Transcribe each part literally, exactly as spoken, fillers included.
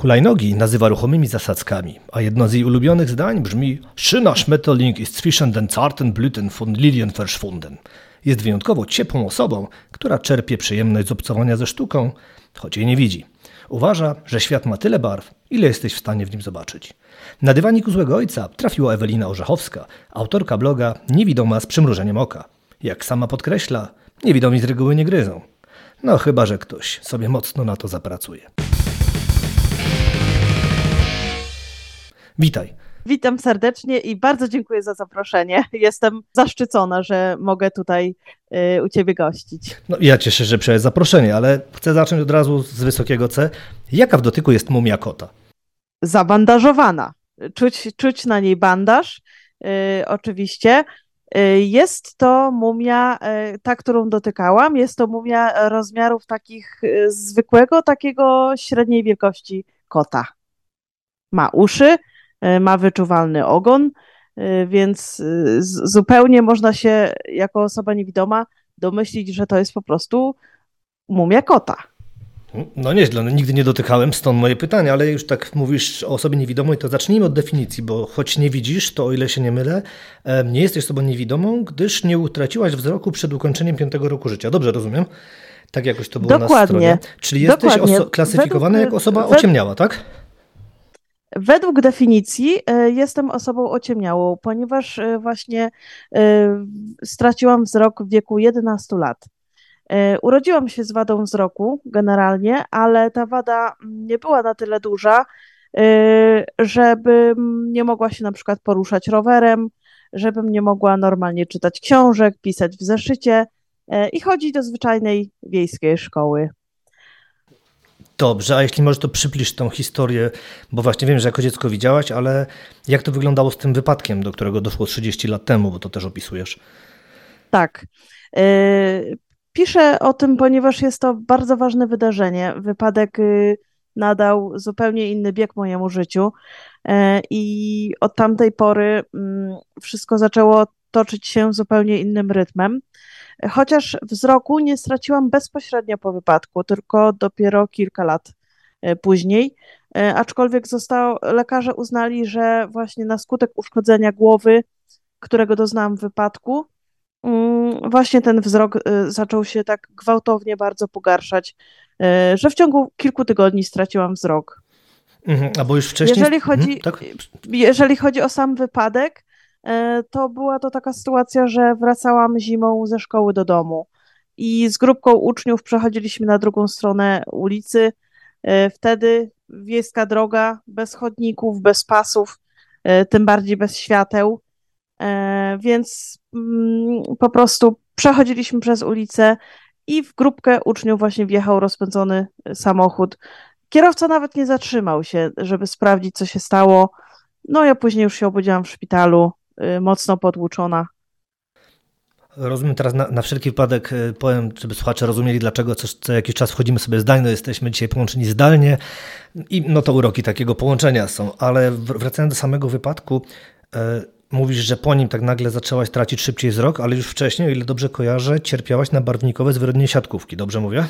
Hulajnogi nazywa ruchomymi zasadzkami, a jedno z jej ulubionych zdań brzmi Schöner Schmetterling ist zwischen den zarten Blüten von Lilien verschwunden. Jest wyjątkowo ciepłą osobą, która czerpie przyjemność z obcowania ze sztuką, choć jej nie widzi. Uważa, że świat ma tyle barw, ile jesteś w stanie w nim zobaczyć. Na dywanik u złego ojca trafiła Ewelina Orzechowska, autorka bloga Niewidoma z przymrużeniem oka. Jak sama podkreśla, niewidomi z reguły nie gryzą. No chyba, że ktoś sobie mocno na to zapracuje. Witaj. Witam serdecznie i bardzo dziękuję za zaproszenie. Jestem zaszczycona, że mogę tutaj y, u Ciebie gościć. No, ja cieszę się, że przyjąłeś zaproszenie, ale chcę zacząć od razu z wysokiego C. Jaka w dotyku jest mumia kota? Zabandażowana. Czuć, czuć na niej bandaż, y, oczywiście. Y, jest to mumia, y, ta, którą dotykałam, jest to mumia rozmiarów takich y, zwykłego, takiego średniej wielkości kota. Ma uszy, ma wyczuwalny ogon, więc zupełnie można się jako osoba niewidoma domyślić, że to jest po prostu mumia kota. No nieźle, no, nigdy nie dotykałem, stąd moje pytanie, ale już tak mówisz o osobie niewidomej, to zacznijmy od definicji, bo choć nie widzisz, to o ile się nie mylę, nie jesteś osobą niewidomą, gdyż nie utraciłaś wzroku przed ukończeniem piątego roku życia. Dobrze rozumiem? Tak jakoś to było Dokładnie. na stronie. Czyli jesteś Dokładnie. oso- klasyfikowana Według, jako osoba według, ociemniała, tak? Według definicji jestem osobą ociemniałą, ponieważ właśnie straciłam wzrok w wieku jedenastu lat. Urodziłam się z wadą wzroku generalnie, ale ta wada nie była na tyle duża, żebym nie mogła się na przykład poruszać rowerem, żebym nie mogła normalnie czytać książek, pisać w zeszycie i chodzić do zwyczajnej wiejskiej szkoły. Dobrze, a jeśli możesz, to przybliż tą historię, bo właśnie wiem, że jako dziecko widziałaś, ale jak to wyglądało z tym wypadkiem, do którego doszło trzydzieści lat temu, bo to też opisujesz? Tak. Piszę o tym, ponieważ jest to bardzo ważne wydarzenie. Wypadek nadał zupełnie inny bieg mojemu życiu i od tamtej pory wszystko zaczęło toczyć się zupełnie innym rytmem. Chociaż wzroku nie straciłam bezpośrednio po wypadku, tylko dopiero kilka lat później, aczkolwiek zostało, lekarze uznali, że właśnie na skutek uszkodzenia głowy, którego doznałam w wypadku, właśnie ten wzrok zaczął się tak gwałtownie bardzo pogarszać, że w ciągu kilku tygodni straciłam wzrok. Mhm, a bo już wcześniej... Jeżeli chodzi, mhm, tak? jeżeli chodzi o sam wypadek, to była to taka sytuacja, że wracałam zimą ze szkoły do domu i z grupką uczniów przechodziliśmy na drugą stronę ulicy. Wtedy wiejska droga, bez chodników, bez pasów, tym bardziej bez świateł, więc po prostu przechodziliśmy przez ulicę i w grupkę uczniów właśnie wjechał rozpędzony samochód. Kierowca nawet nie zatrzymał się, żeby sprawdzić, co się stało. No ja później już się obudziłam w szpitalu, mocno potłuczona. Rozumiem, teraz na, na wszelki wypadek powiem, żeby słuchacze rozumieli, dlaczego co, co jakiś czas wchodzimy sobie zdalnie, jesteśmy dzisiaj połączeni zdalnie i no to uroki takiego połączenia są, ale wracając do samego wypadku, e, mówisz, że po nim tak nagle zaczęłaś tracić szybciej wzrok, ale już wcześniej, o ile dobrze kojarzę, cierpiałaś na barwnikowe zwyrodnienie siatkówki, dobrze mówię?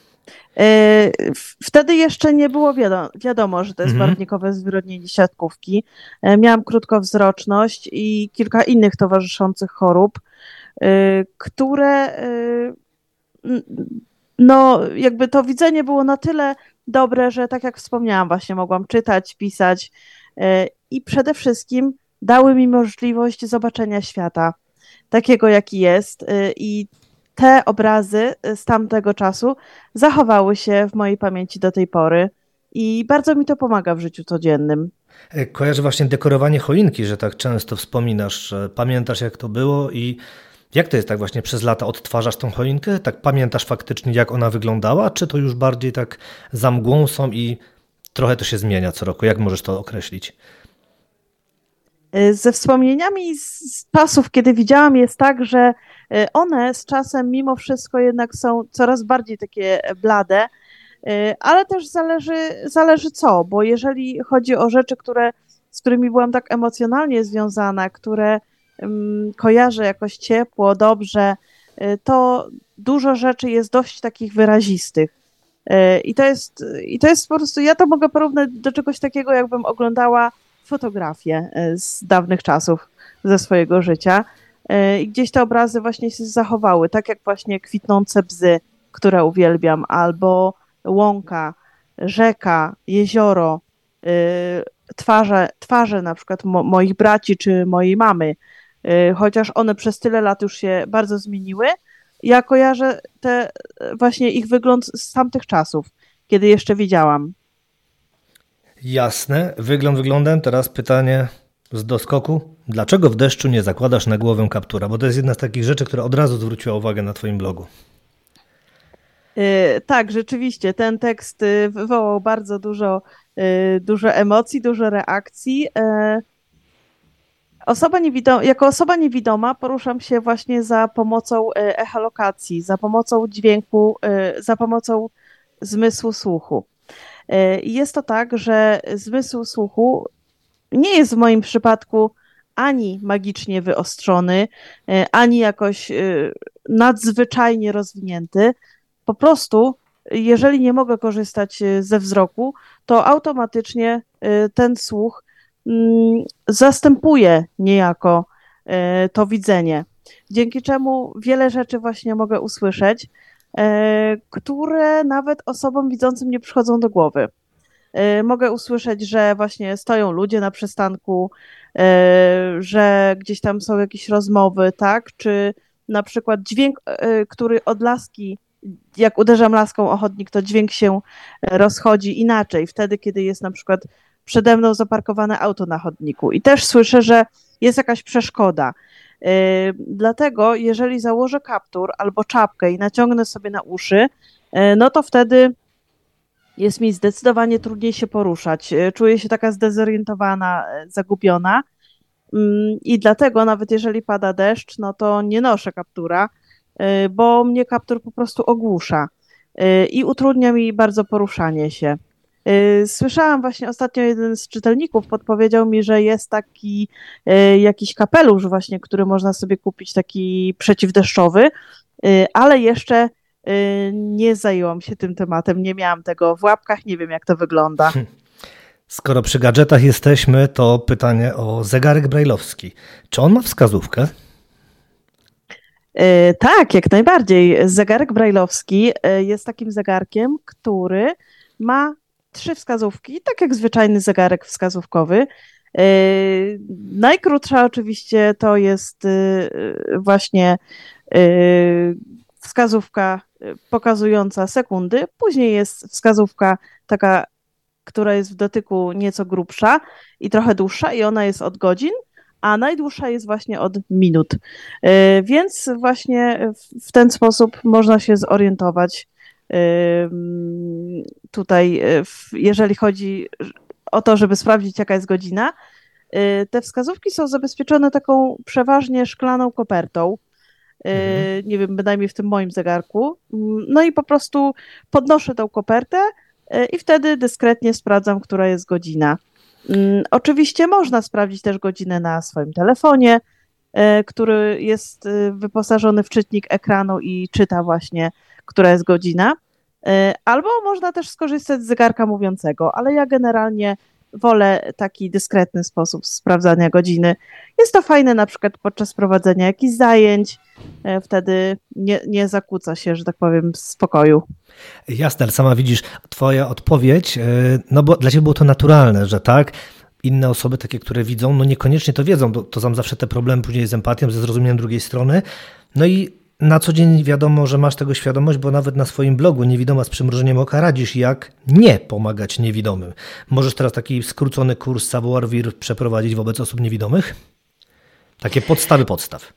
Wtedy jeszcze nie było wiadomo, wiadomo że to jest mhm. barwnikowe zwyrodnienie siatkówki. Miałam krótkowzroczność i kilka innych towarzyszących chorób, które no jakby to widzenie było na tyle dobre, że tak jak wspomniałam, właśnie mogłam czytać, pisać i przede wszystkim dały mi możliwość zobaczenia świata takiego, jaki jest i te obrazy z tamtego czasu zachowały się w mojej pamięci do tej pory i bardzo mi to pomaga w życiu codziennym. Kojarzę właśnie dekorowanie choinki, że tak często wspominasz, że pamiętasz jak to było i jak to jest tak właśnie przez lata odtwarzasz tą choinkę? Tak pamiętasz faktycznie jak ona wyglądała, czy to już bardziej tak za mgłą są i trochę to się zmienia co roku? Jak możesz to określić? Ze wspomnieniami z czasów, kiedy widziałam, jest tak, że one z czasem mimo wszystko jednak są coraz bardziej takie blade, ale też zależy, zależy co, bo jeżeli chodzi o rzeczy, które, z którymi byłam tak emocjonalnie związana, które um, kojarzę jakoś ciepło, dobrze, to dużo rzeczy jest dość takich wyrazistych. I to jest, i to jest po prostu, ja to mogę porównać do czegoś takiego, jakbym oglądała fotografię z dawnych czasów ze swojego życia. I gdzieś te obrazy właśnie się zachowały, tak jak właśnie kwitnące bzy, które uwielbiam, albo łąka, rzeka, jezioro, twarze, twarze na przykład mo- moich braci czy mojej mamy, chociaż one przez tyle lat już się bardzo zmieniły, ja kojarzę te, właśnie ich wygląd z tamtych czasów, kiedy jeszcze widziałam. Jasne, wygląd wyglądem. Teraz pytanie z doskoku. Dlaczego w deszczu nie zakładasz na głowę kaptura? Bo to jest jedna z takich rzeczy, która od razu zwróciła uwagę na twoim blogu. Yy, tak, rzeczywiście, ten tekst wywołał bardzo dużo, yy, dużo emocji, dużo reakcji. Yy, Osoba niewidoma, jako osoba niewidoma poruszam się właśnie za pomocą echolokacji, za pomocą dźwięku, za pomocą zmysłu słuchu. I jest to tak, że zmysł słuchu nie jest w moim przypadku ani magicznie wyostrzony, ani jakoś nadzwyczajnie rozwinięty. Po prostu, jeżeli nie mogę korzystać ze wzroku, to automatycznie ten słuch zastępuje niejako to widzenie, dzięki czemu wiele rzeczy właśnie mogę usłyszeć, które nawet osobom widzącym nie przychodzą do głowy. Mogę usłyszeć, że właśnie stoją ludzie na przystanku, że gdzieś tam są jakieś rozmowy, tak? Czy na przykład dźwięk, który od laski, jak uderzam laską o chodnik, to dźwięk się rozchodzi inaczej, wtedy, kiedy jest na przykład przede mną zaparkowane auto na chodniku i też słyszę, że jest jakaś przeszkoda. Yy, dlatego jeżeli założę kaptur albo czapkę i naciągnę sobie na uszy, yy, no to wtedy jest mi zdecydowanie trudniej się poruszać. Yy, czuję się taka zdezorientowana, yy, zagubiona yy, i dlatego nawet jeżeli pada deszcz, no to nie noszę kaptura, yy, bo mnie kaptur po prostu ogłusza yy, i utrudnia mi bardzo poruszanie się. Słyszałam właśnie ostatnio, jeden z czytelników podpowiedział mi, że jest taki jakiś kapelusz właśnie, który można sobie kupić, taki przeciwdeszczowy, ale jeszcze nie zajęłam się tym tematem, nie miałam tego w łapkach, nie wiem jak to wygląda. Skoro przy gadżetach jesteśmy, to pytanie o zegarek brajlowski. Czy on ma wskazówkę? Tak, jak najbardziej. Zegarek brajlowski jest takim zegarkiem, który ma trzy wskazówki, tak jak zwyczajny zegarek wskazówkowy. Yy, najkrótsza oczywiście to jest yy, właśnie yy, wskazówka pokazująca sekundy, później jest wskazówka taka, która jest w dotyku nieco grubsza i trochę dłuższa i ona jest od godzin, a najdłuższa jest właśnie od minut. Yy, więc właśnie w, w ten sposób można się zorientować tutaj, jeżeli chodzi o to, żeby sprawdzić, jaka jest godzina. Te wskazówki są zabezpieczone taką przeważnie szklaną kopertą, mhm. nie wiem, bynajmniej w tym moim zegarku. No i po prostu podnoszę tą kopertę i wtedy dyskretnie sprawdzam, która jest godzina. Oczywiście można sprawdzić też godzinę na swoim telefonie, który jest wyposażony w czytnik ekranu i czyta właśnie, która jest godzina. Albo można też skorzystać z zegarka mówiącego, ale ja generalnie wolę taki dyskretny sposób sprawdzania godziny. Jest to fajne na przykład podczas prowadzenia jakichś zajęć, wtedy nie, nie zakłóca się, że tak powiem, spokoju. Jasne, ale sama widzisz, twoja odpowiedź, no bo dla ciebie było to naturalne, że tak, inne osoby takie, które widzą, no niekoniecznie to wiedzą, to, to są zawsze te problemy później z empatią, ze zrozumieniem drugiej strony, no i na co dzień wiadomo, że masz tego świadomość, bo nawet na swoim blogu Niewidoma z przymrużeniem oka radzisz, jak nie pomagać niewidomym. Możesz teraz taki skrócony kurs savoir-vivre przeprowadzić wobec osób niewidomych? Takie podstawy podstaw.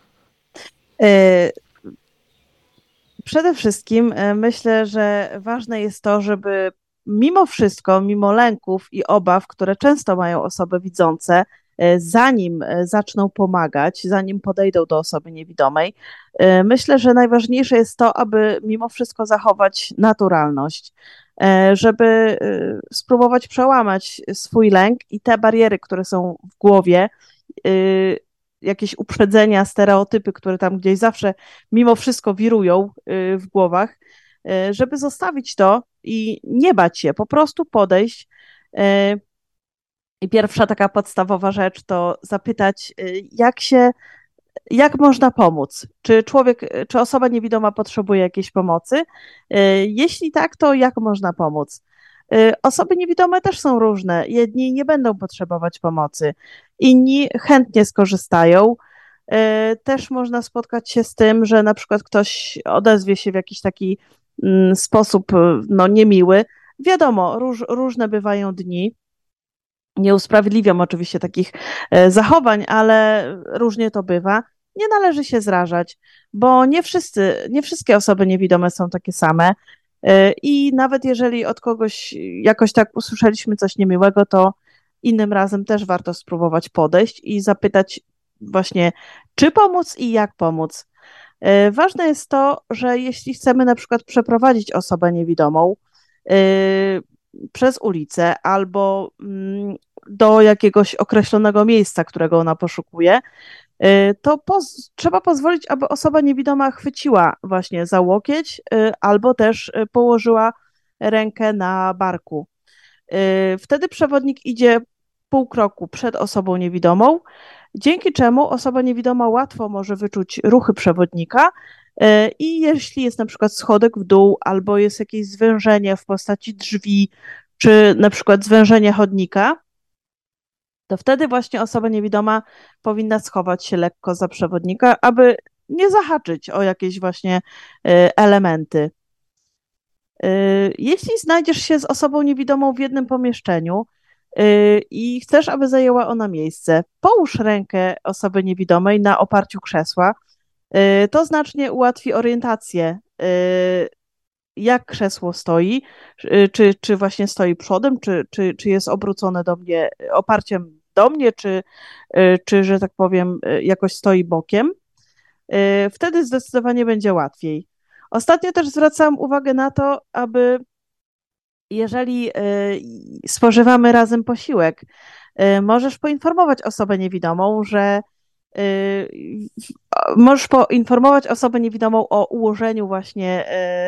Przede wszystkim myślę, że ważne jest to, żeby mimo wszystko, mimo lęków i obaw, które często mają osoby widzące, zanim zaczną pomagać, zanim podejdą do osoby niewidomej, myślę, że najważniejsze jest to, aby mimo wszystko zachować naturalność, żeby spróbować przełamać swój lęk i te bariery, które są w głowie, jakieś uprzedzenia, stereotypy, które tam gdzieś zawsze mimo wszystko wirują w głowach, żeby zostawić to i nie bać się, po prostu podejść. I pierwsza taka podstawowa rzecz to zapytać, jak się, jak można pomóc? Czy człowiek, czy osoba niewidoma potrzebuje jakiejś pomocy? Jeśli tak, to jak można pomóc? Osoby niewidome też są różne. Jedni nie będą potrzebować pomocy, inni chętnie skorzystają. Też można spotkać się z tym, że na przykład ktoś odezwie się w jakiś taki sposób no, niemiły. Wiadomo, róż, różne bywają dni. Nie usprawiedliwiam oczywiście takich zachowań, ale różnie to bywa. Nie należy się zrażać, bo nie wszyscy, nie wszystkie osoby niewidome są takie same. I nawet jeżeli od kogoś jakoś tak usłyszeliśmy coś niemiłego, to innym razem też warto spróbować podejść i zapytać właśnie, czy pomóc i jak pomóc. Ważne jest to, że jeśli chcemy na przykład przeprowadzić osobę niewidomą przez ulicę albo do jakiegoś określonego miejsca, którego ona poszukuje, to poz- trzeba pozwolić, aby osoba niewidoma chwyciła właśnie za łokieć albo też położyła rękę na barku. Wtedy przewodnik idzie pół kroku przed osobą niewidomą, dzięki czemu osoba niewidoma łatwo może wyczuć ruchy przewodnika i jeśli jest na przykład schodek w dół albo jest jakieś zwężenie w postaci drzwi, czy na przykład zwężenie chodnika, to wtedy właśnie osoba niewidoma powinna schować się lekko za przewodnika, aby nie zahaczyć o jakieś właśnie elementy. Jeśli znajdziesz się z osobą niewidomą w jednym pomieszczeniu i chcesz, aby zajęła ona miejsce, połóż rękę osoby niewidomej na oparciu krzesła. To znacznie ułatwi orientację, jak krzesło stoi, czy, czy właśnie stoi przodem, czy, czy, czy jest obrócone do mnie, oparciem do mnie, czy, czy, że tak powiem, jakoś stoi bokiem. Wtedy zdecydowanie będzie łatwiej. Ostatnio też zwracałam uwagę na to, aby jeżeli spożywamy razem posiłek, możesz poinformować osobę niewidomą, że możesz poinformować osobę niewidomą o ułożeniu właśnie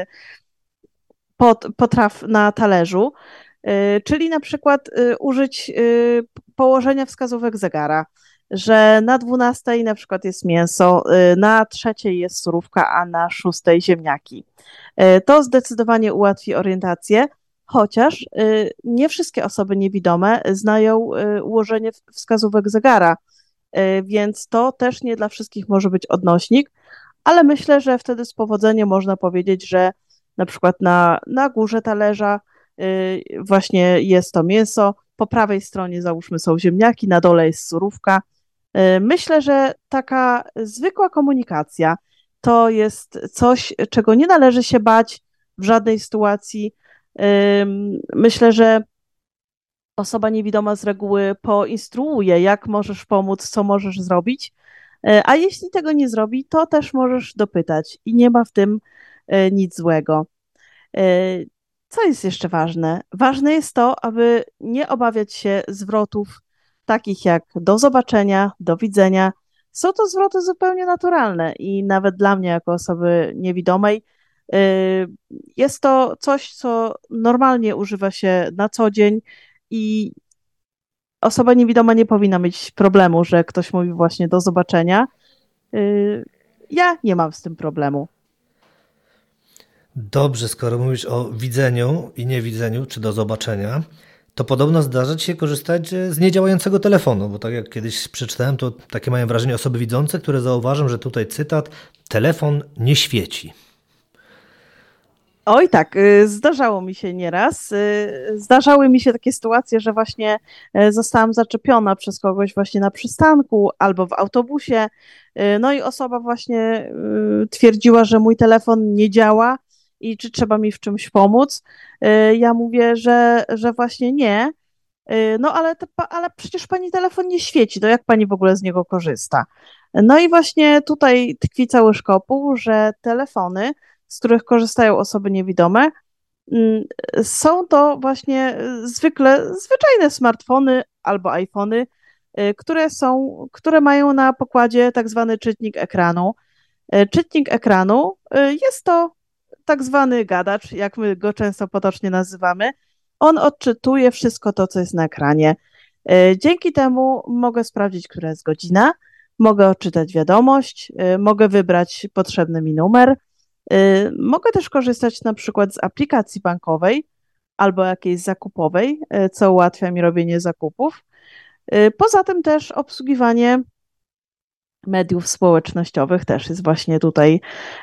pot, potraw na talerzu, czyli na przykład użyć położenia wskazówek zegara, że na dwunastej na przykład jest mięso, na trzeciej jest surówka, a na szóstej ziemniaki. To zdecydowanie ułatwi orientację, chociaż nie wszystkie osoby niewidome znają ułożenie wskazówek zegara, więc to też nie dla wszystkich może być odnośnik, ale myślę, że wtedy z powodzeniem można powiedzieć, że na przykład na, na górze talerza właśnie jest to mięso, po prawej stronie załóżmy są ziemniaki, na dole jest surówka. Myślę, że taka zwykła komunikacja to jest coś, czego nie należy się bać w żadnej sytuacji. Myślę, że osoba niewidoma z reguły poinstruuje, jak możesz pomóc, co możesz zrobić, a jeśli tego nie zrobi, to też możesz dopytać i nie ma w tym nic złego. Co jest jeszcze ważne? Ważne jest to, aby nie obawiać się zwrotów takich jak do zobaczenia, do widzenia. Są to zwroty zupełnie naturalne i nawet dla mnie jako osoby niewidomej jest to coś, co normalnie używa się na co dzień i osoba niewidoma nie powinna mieć problemu, że ktoś mówi właśnie do zobaczenia. Ja nie mam z tym problemu. Dobrze, skoro mówisz o widzeniu i niewidzeniu, czy do zobaczenia, to podobno zdarza ci się korzystać z niedziałającego telefonu, bo tak jak kiedyś przeczytałem, to takie mają wrażenie osoby widzące, które zauważą, że tutaj cytat, telefon nie świeci. Oj tak, zdarzało mi się nieraz. Zdarzały mi się takie sytuacje, że właśnie zostałam zaczepiona przez kogoś właśnie na przystanku albo w autobusie, no i osoba właśnie twierdziła, że mój telefon nie działa i czy trzeba mi w czymś pomóc. Ja mówię, że, że właśnie nie, no ale, te, ale przecież pani telefon nie świeci, to jak pani w ogóle z niego korzysta? No i właśnie tutaj tkwi cały szkopuł, że telefony, z których korzystają osoby niewidome, są to właśnie zwykle zwyczajne smartfony albo iPhony, które są, które mają na pokładzie tak zwany czytnik ekranu. Czytnik ekranu jest to tak zwany gadacz, jak my go często potocznie nazywamy. On odczytuje wszystko to, co jest na ekranie. Dzięki temu mogę sprawdzić, która jest godzina, mogę odczytać wiadomość, mogę wybrać potrzebny mi numer, mogę też korzystać na przykład z aplikacji bankowej albo jakiejś zakupowej, co ułatwia mi robienie zakupów. Poza tym też obsługiwanie mediów społecznościowych też jest właśnie tutaj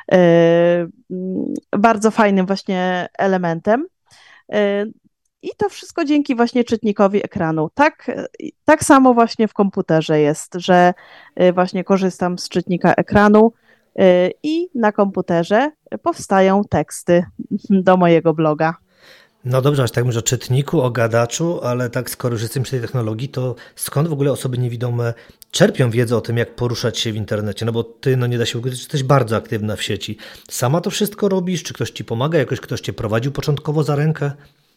bardzo fajnym właśnie elementem. I to wszystko dzięki właśnie czytnikowi ekranu. Tak, tak samo właśnie w komputerze jest, że właśnie korzystam z czytnika ekranu i na komputerze powstają teksty do mojego bloga. No dobrze, aż tak mówisz o czytniku, o gadaczu, ale tak skoro już jesteśmy przy tej technologii, to skąd w ogóle osoby niewidome czerpią wiedzę o tym, jak poruszać się w internecie? No bo ty, no nie da się ukryć, że jesteś bardzo aktywna w sieci. Sama to wszystko robisz? Czy ktoś ci pomaga? Jakoś ktoś cię prowadził początkowo za rękę?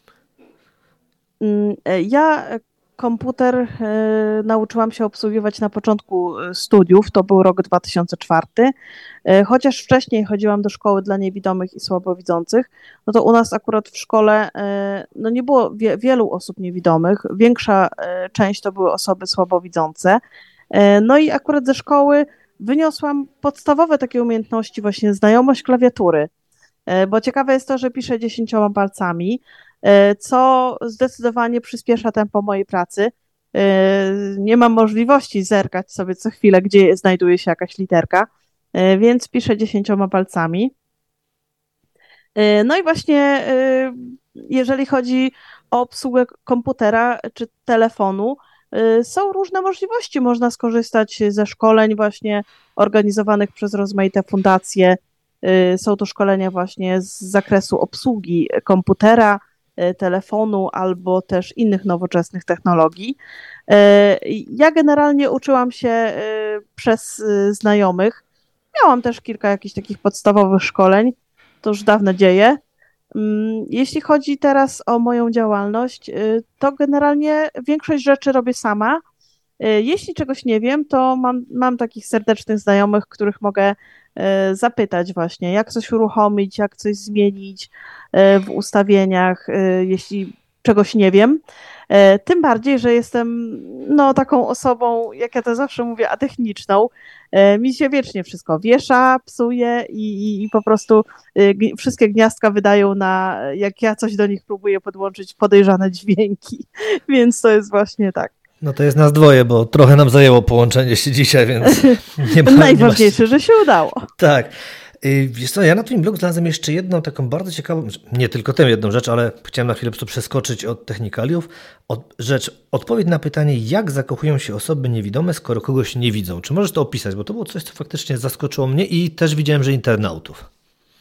Ja komputer y, nauczyłam się obsługiwać na początku studiów, to był rok dwa tysiące czwarty, y, chociaż wcześniej chodziłam do szkoły dla niewidomych i słabowidzących, no to u nas akurat w szkole y, no nie było wie, wielu osób niewidomych, większa y, część to były osoby słabowidzące, y, no i akurat ze szkoły wyniosłam podstawowe takie umiejętności, właśnie znajomość klawiatury, y, bo ciekawe jest to, że piszę dziesięcioma palcami, co zdecydowanie przyspiesza tempo mojej pracy. Nie mam możliwości zerkać sobie co chwilę, gdzie znajduje się jakaś literka, więc piszę dziesięcioma palcami. No i właśnie jeżeli chodzi o obsługę komputera czy telefonu, są różne możliwości. Można skorzystać ze szkoleń właśnie organizowanych przez rozmaite fundacje. Są to szkolenia właśnie z zakresu obsługi komputera, telefonu albo też innych nowoczesnych technologii. Ja generalnie uczyłam się przez znajomych. Miałam też kilka jakichś takich podstawowych szkoleń, to już dawno dzieje. Jeśli chodzi teraz o moją działalność, to generalnie większość rzeczy robię sama. Jeśli czegoś nie wiem, to mam, mam takich serdecznych znajomych, których mogę zapytać właśnie, jak coś uruchomić, jak coś zmienić w ustawieniach, jeśli czegoś nie wiem. Tym bardziej, że jestem no, taką osobą, jak ja to zawsze mówię, atechniczną. Mi się wiecznie wszystko wiesza, psuje i, i, i po prostu wszystkie gniazdka wydają na, jak ja coś do nich próbuję podłączyć, podejrzane dźwięki, więc to jest właśnie tak. No to jest nas dwoje, bo trochę nam zajęło połączenie się dzisiaj, więc nie ma, najważniejsze, nie ma... że się udało. Tak. Wiesz co, ja na twoim blogu znalazłem jeszcze jedną taką bardzo ciekawą, nie tylko tę jedną rzecz, ale chciałem na chwilę po prostu przeskoczyć od technikaliów. Od, rzecz, odpowiedź na pytanie, jak zakochują się osoby niewidome, skoro kogoś nie widzą. Czy możesz to opisać? Bo to było coś, co faktycznie zaskoczyło mnie i też widziałem, że internautów.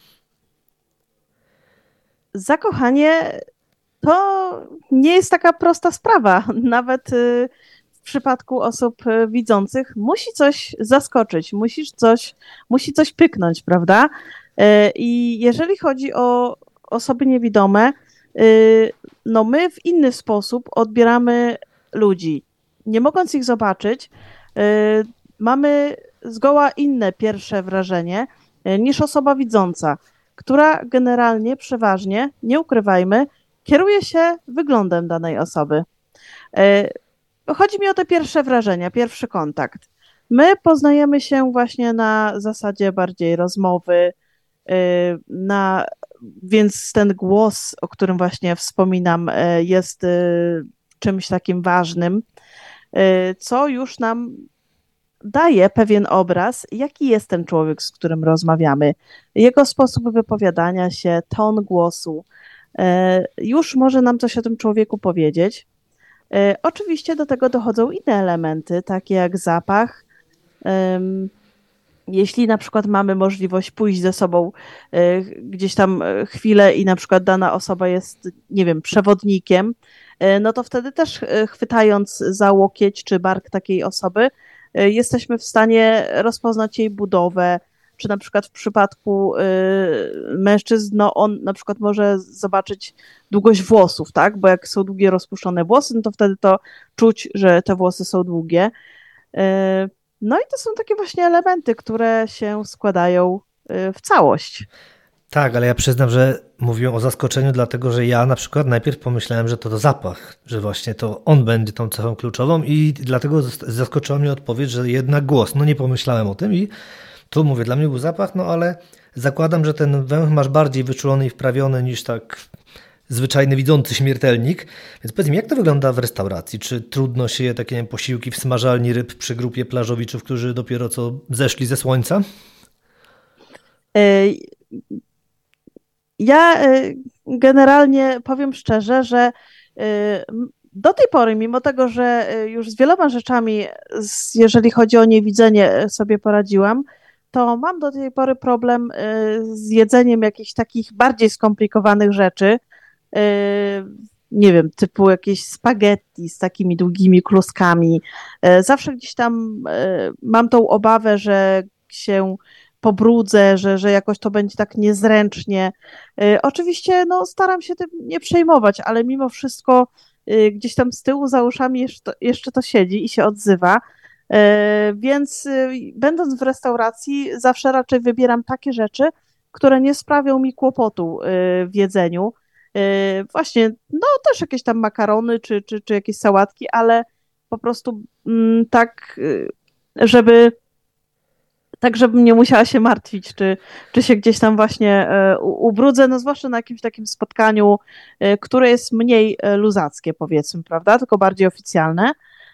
Zakochanie to nie jest taka prosta sprawa. Nawet w przypadku osób widzących musi coś zaskoczyć, musisz coś, musi coś pyknąć, prawda? I jeżeli chodzi o osoby niewidome, no my w inny sposób odbieramy ludzi. Nie mogąc ich zobaczyć, mamy zgoła inne pierwsze wrażenie niż osoba widząca, która generalnie, przeważnie, nie ukrywajmy, kieruje się wyglądem danej osoby. Chodzi mi o te pierwsze wrażenia, pierwszy kontakt. My poznajemy się właśnie na zasadzie bardziej rozmowy, na, więc ten głos, o którym właśnie wspominam, jest czymś takim ważnym, co już nam daje pewien obraz, jaki jest ten człowiek, z którym rozmawiamy. Jego sposób wypowiadania się, ton głosu, już może nam coś o tym człowieku powiedzieć. Oczywiście do tego dochodzą inne elementy, takie jak zapach. Jeśli na przykład mamy możliwość pójść ze sobą gdzieś tam chwilę i na przykład dana osoba jest, nie wiem, przewodnikiem, no to wtedy też chwytając za łokieć czy bark takiej osoby, jesteśmy w stanie rozpoznać jej budowę, czy na przykład w przypadku y, mężczyzn, no on na przykład może zobaczyć długość włosów, tak? Bo jak są długie, rozpuszczone włosy, no to wtedy to czuć, że te włosy są długie. Y, no i to są takie właśnie elementy, które się składają y, w całość. Tak, ale ja przyznam, że mówiłem o zaskoczeniu, dlatego że ja na przykład najpierw pomyślałem, że to to zapach, że właśnie to on będzie tą cechą kluczową i dlatego zaskoczyła mnie odpowiedź, że jednak głos. No nie pomyślałem o tym i tu mówię, dla mnie był zapach, no ale zakładam, że ten węch masz bardziej wyczulony i wprawiony niż tak zwyczajny widzący śmiertelnik. Więc powiedz mi, jak to wygląda w restauracji? Czy trudno się je takie nie wiem, posiłki w smażalni ryb przy grupie plażowiczów, którzy dopiero co zeszli ze słońca? Y, Ja y, generalnie powiem szczerze, że y, m- do tej pory, mimo tego, że y, już z wieloma rzeczami, z, jeżeli chodzi o niewidzenie, y, sobie poradziłam, to mam do tej pory problem y, z jedzeniem jakichś takich bardziej skomplikowanych rzeczy. y, Nie wiem, typu jakieś spaghetti z takimi długimi kluskami. Y, Zawsze gdzieś tam y, mam tą obawę, że się pobrudzę, że, że jakoś to będzie tak niezręcznie. Y, Oczywiście no, staram się tym nie przejmować, ale mimo wszystko y, gdzieś tam z tyłu za uszami jeszcze to, jeszcze to siedzi i się odzywa. Y, Więc y, będąc w restauracji, zawsze raczej wybieram takie rzeczy, które nie sprawią mi kłopotu y, w jedzeniu. Y, Właśnie, no też jakieś tam makarony czy, czy, czy jakieś sałatki, ale po prostu mm, tak, y, żeby tak, żebym nie musiała się martwić, czy, czy się gdzieś tam właśnie e, u- ubrudzę, no zwłaszcza na jakimś takim spotkaniu, e, które jest mniej e, luzackie, powiedzmy, prawda, tylko bardziej oficjalne.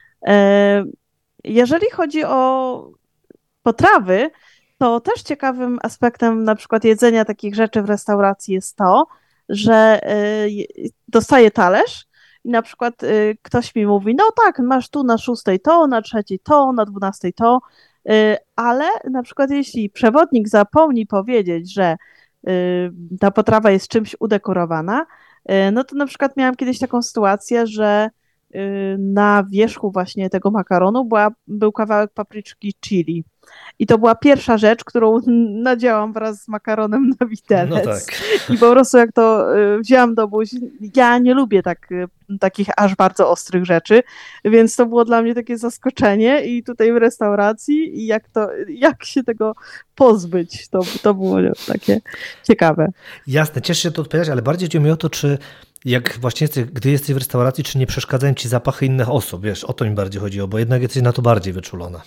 E, Jeżeli chodzi o potrawy, to też ciekawym aspektem na przykład jedzenia takich rzeczy w restauracji jest to, że e, je- dostaję talerz i na przykład e, ktoś mi mówi, no tak, masz tu na szóstej to, na trzeciej to, na dwunastej to, e, ale na przykład jeśli przewodnik zapomni powiedzieć, że e, ta potrawa jest czymś udekorowana, e, no to na przykład miałam kiedyś taką sytuację, że e, na wierzchu właśnie tego makaronu była, był kawałek papryczki chili. I to była pierwsza rzecz, którą nadziałam wraz z makaronem na No tak. widelec. I po prostu jak to y, wzięłam do buzi, ja nie lubię tak, y, takich aż bardzo ostrych rzeczy, więc to było dla mnie takie zaskoczenie i tutaj w restauracji i jak to, jak się tego pozbyć, to, to było takie ciekawe. Jasne, cieszę się to odpowiadać, ale bardziej chodzi mi o to, czy jak właśnie jesteś, gdy jesteś w restauracji, czy nie przeszkadzają ci zapachy innych osób, wiesz, o to mi bardziej chodziło, bo jednak jesteś na to bardziej wyczulona.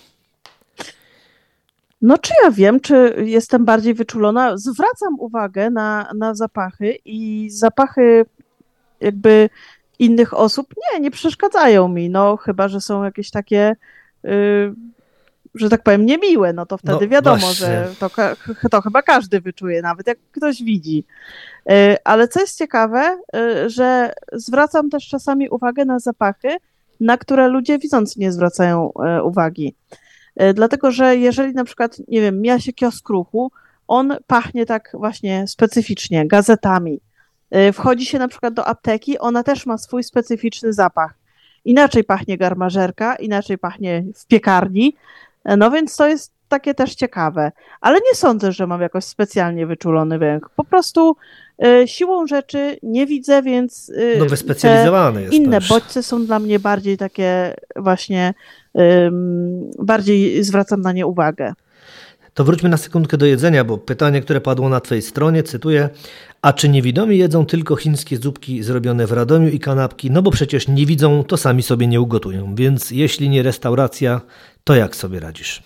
No, czy ja wiem, czy jestem bardziej wyczulona? Zwracam uwagę na, na zapachy i zapachy jakby innych osób nie, nie przeszkadzają mi, no chyba, że są jakieś takie, y, że tak powiem, niemiłe, no to No wtedy wiadomo, właśnie, że to, ka- to chyba każdy wyczuje, nawet jak ktoś widzi. Y, Ale co jest ciekawe, y, że zwracam też czasami uwagę na zapachy, na które ludzie widzący nie zwracają y, uwagi. Y, Dlatego, że jeżeli na przykład, nie wiem, mija się kiosk ruchu, on pachnie tak właśnie specyficznie, gazetami. Y, Wchodzi się na przykład do apteki, ona też ma swój specyficzny zapach. Inaczej pachnie garmażerka, inaczej pachnie w piekarni, y, no więc to jest takie też ciekawe. Ale nie sądzę, że mam jakoś specjalnie wyczulony węch. Po prostu y, siłą rzeczy nie widzę, więc no y, te wyspecjalizowany jest to inne już. bodźce są dla mnie bardziej takie właśnie, ym, bardziej zwracam na nie uwagę. To wróćmy na sekundkę do jedzenia, bo pytanie, które padło na twojej stronie, cytuję, a czy niewidomi jedzą tylko chińskie zupki zrobione w Radomiu i kanapki? No bo przecież nie widzą, to sami sobie nie ugotują, więc jeśli nie restauracja, to jak sobie radzisz?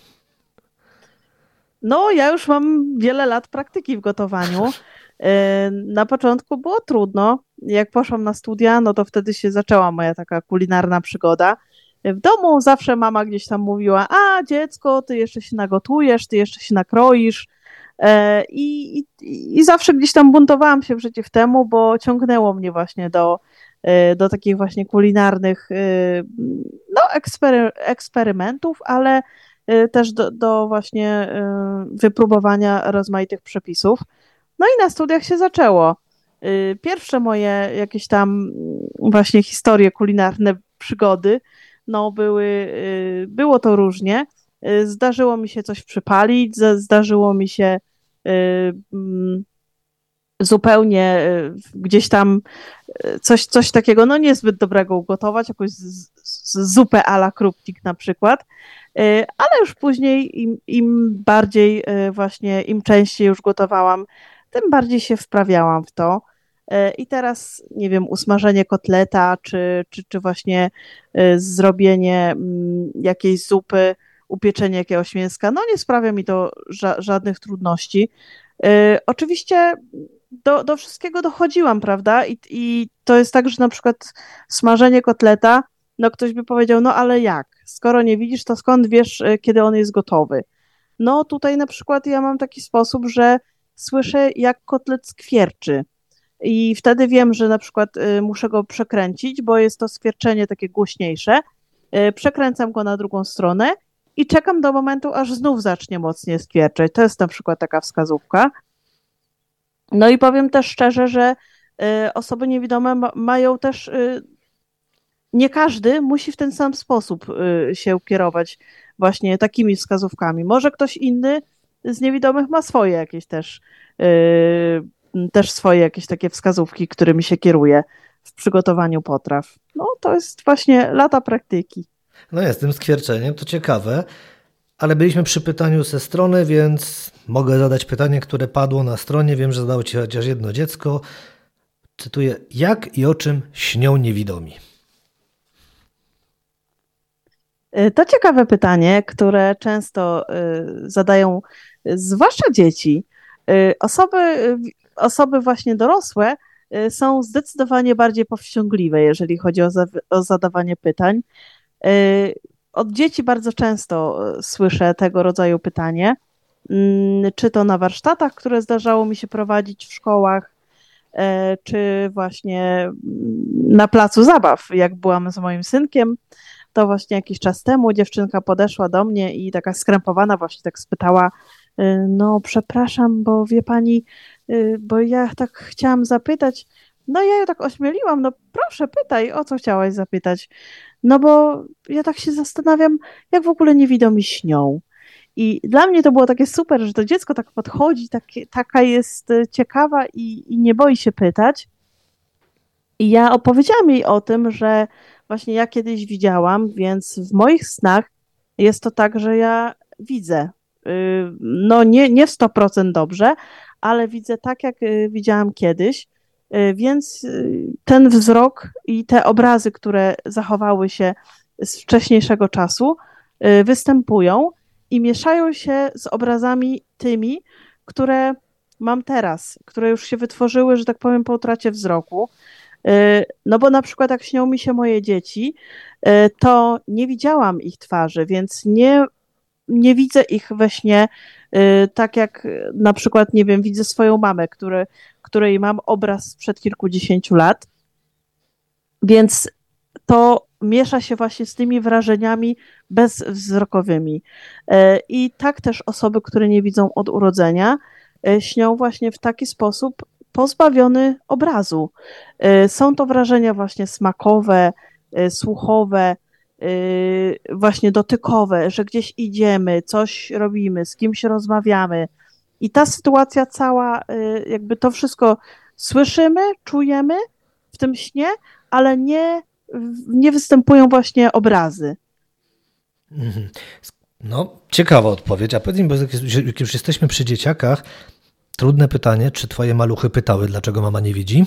No, ja już mam wiele lat praktyki w gotowaniu. Yy, Na początku było trudno. Jak poszłam na studia, no to wtedy się zaczęła moja taka kulinarna przygoda. W domu zawsze mama gdzieś tam mówiła, a dziecko, ty jeszcze się nagotujesz, ty jeszcze się nakroisz. E, I, i, I zawsze gdzieś tam buntowałam się przeciw temu, bo ciągnęło mnie właśnie do, e, do takich właśnie kulinarnych e, no, ekspery, eksperymentów, ale e, też do, do właśnie e, wypróbowania rozmaitych przepisów. No i na studiach się zaczęło. E, Pierwsze moje jakieś tam mm, właśnie historie kulinarne, przygody, no były, e, było to różnie. E, Zdarzyło mi się coś przypalić, z- zdarzyło mi się y, mm, zupełnie y, gdzieś tam y, coś, coś takiego, no niezbyt dobrego ugotować, jakąś z, z, zupę à la krupnik na przykład, Y, ale już później im, im bardziej y, właśnie, im częściej już gotowałam tym bardziej się wprawiałam w to. I teraz, nie wiem, usmażenie kotleta, czy, czy, czy właśnie zrobienie jakiejś zupy, upieczenie jakiegoś mięska, no nie sprawia mi to ża- żadnych trudności. Oczywiście do, do wszystkiego dochodziłam, prawda? I, I to jest tak, że na przykład smażenie kotleta, no ktoś by powiedział, no ale jak? Skoro nie widzisz, to skąd wiesz, kiedy on jest gotowy? No tutaj na przykład ja mam taki sposób, że słyszę, jak kotlet skwierczy. I wtedy wiem, że na przykład muszę go przekręcić, bo jest to skwierczenie takie głośniejsze. Przekręcam go na drugą stronę i czekam do momentu, aż znów zacznie mocniej skwierczeć. To jest na przykład taka wskazówka. No i powiem też szczerze, że osoby niewidome mają też, nie każdy musi w ten sam sposób się kierować właśnie takimi wskazówkami. Może ktoś inny z niewidomych ma swoje jakieś też, też swoje jakieś takie wskazówki, którymi się kieruje w przygotowaniu potraw. No to jest właśnie lata praktyki. No jest, tym skwierczeniem, to ciekawe, ale byliśmy przy pytaniu ze strony, więc mogę zadać pytanie, które padło na stronie. Wiem, że zadało ci chociaż jedno dziecko. Cytuję, jak i o czym śnią niewidomi? To ciekawe pytanie, które często zadają zwłaszcza dzieci. Osoby, osoby właśnie dorosłe są zdecydowanie bardziej powściągliwe, jeżeli chodzi o, za, o zadawanie pytań. Od dzieci bardzo często słyszę tego rodzaju pytanie, czy to na warsztatach, które zdarzało mi się prowadzić w szkołach, czy właśnie na placu zabaw, jak byłam z moim synkiem. To właśnie jakiś czas temu dziewczynka podeszła do mnie i taka skrępowana właśnie tak spytała, no przepraszam, bo wie pani, bo ja tak chciałam zapytać, no ja ją tak ośmieliłam, no proszę pytaj, o co chciałaś zapytać, no bo ja tak się zastanawiam, jak w ogóle niewidomi śnią. I dla mnie to było takie super, że to dziecko tak podchodzi, takie, taka jest ciekawa i, i nie boi się pytać. I ja opowiedziałam jej o tym, że właśnie ja kiedyś widziałam, więc w moich snach jest to tak, że ja widzę. No nie, nie w sto procent dobrze, ale widzę tak, jak widziałam kiedyś, więc ten wzrok i te obrazy, które zachowały się z wcześniejszego czasu, występują i mieszają się z obrazami tymi, które mam teraz, które już się wytworzyły, że tak powiem, po utracie wzroku. No bo na przykład jak śnią mi się moje dzieci, to nie widziałam ich twarzy, więc nie, nie widzę ich we śnie tak jak na przykład, nie wiem, widzę swoją mamę, który, której mam obraz sprzed kilkudziesięciu lat, więc to miesza się właśnie z tymi wrażeniami bezwzrokowymi. I tak też osoby, które nie widzą od urodzenia, śnią właśnie w taki sposób pozbawiony obrazu. Są to wrażenia właśnie smakowe, słuchowe, właśnie dotykowe, że gdzieś idziemy, coś robimy, z kimś rozmawiamy. I ta sytuacja cała, jakby to wszystko słyszymy, czujemy w tym śnie, ale nie, nie występują właśnie obrazy. No, ciekawa odpowiedź. A powiedz mi, bo jak już jesteśmy przy dzieciakach, trudne pytanie, czy twoje maluchy pytały, dlaczego mama nie widzi?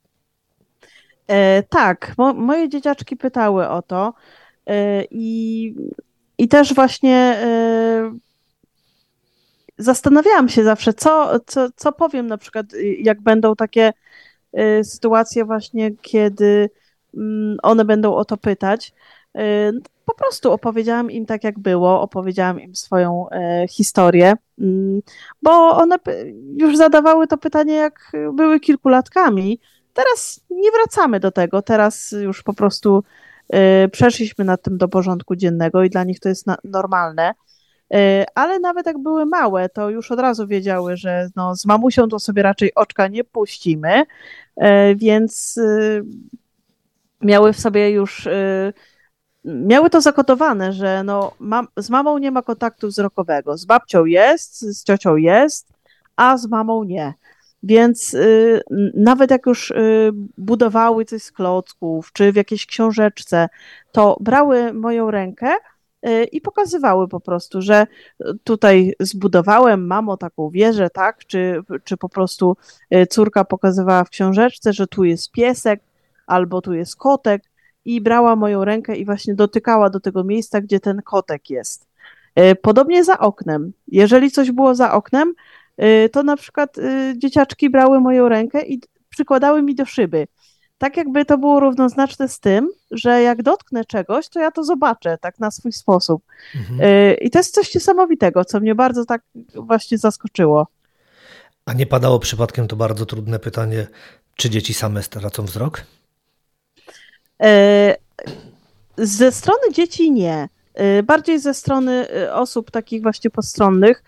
E, tak, mo, moje dzieciaczki pytały o to e, i, i też właśnie e, zastanawiałam się zawsze, co, co, co powiem na przykład, jak będą takie e, sytuacje właśnie, kiedy mm, one będą o to pytać. E, po prostu opowiedziałam im tak, jak było, opowiedziałam im swoją e, historię, mm, bo one już zadawały to pytanie, jak były kilkulatkami. Teraz nie wracamy do tego, teraz już po prostu y, przeszliśmy nad tym do porządku dziennego i dla nich to jest na, normalne, y, ale nawet jak były małe, to już od razu wiedziały, że no, z mamusią to sobie raczej oczka nie puścimy, y, więc y, miały w sobie już, y, miały to zakodowane, że no, mam, z mamą nie ma kontaktu wzrokowego, z babcią jest, z ciocią jest, a z mamą nie. Więc y, nawet jak już y, budowały coś z klocków, czy w jakiejś książeczce, to brały moją rękę i pokazywały po prostu, że tutaj zbudowałem, mamo, taką wieżę, tak, czy, czy po prostu córka pokazywała w książeczce, że tu jest piesek, albo tu jest kotek i brała moją rękę i właśnie dotykała do tego miejsca, gdzie ten kotek jest. Podobnie za oknem. Jeżeli coś było za oknem, to na przykład dzieciaczki brały moją rękę i przykładały mi do szyby. Tak jakby to było równoznaczne z tym, że jak dotknę czegoś, to ja to zobaczę tak na swój sposób. Mhm. I to jest coś niesamowitego, co mnie bardzo tak właśnie zaskoczyło. A nie padało przypadkiem to bardzo trudne pytanie, czy dzieci same stracą wzrok? Ze strony dzieci nie. Bardziej ze strony osób takich właśnie postronnych.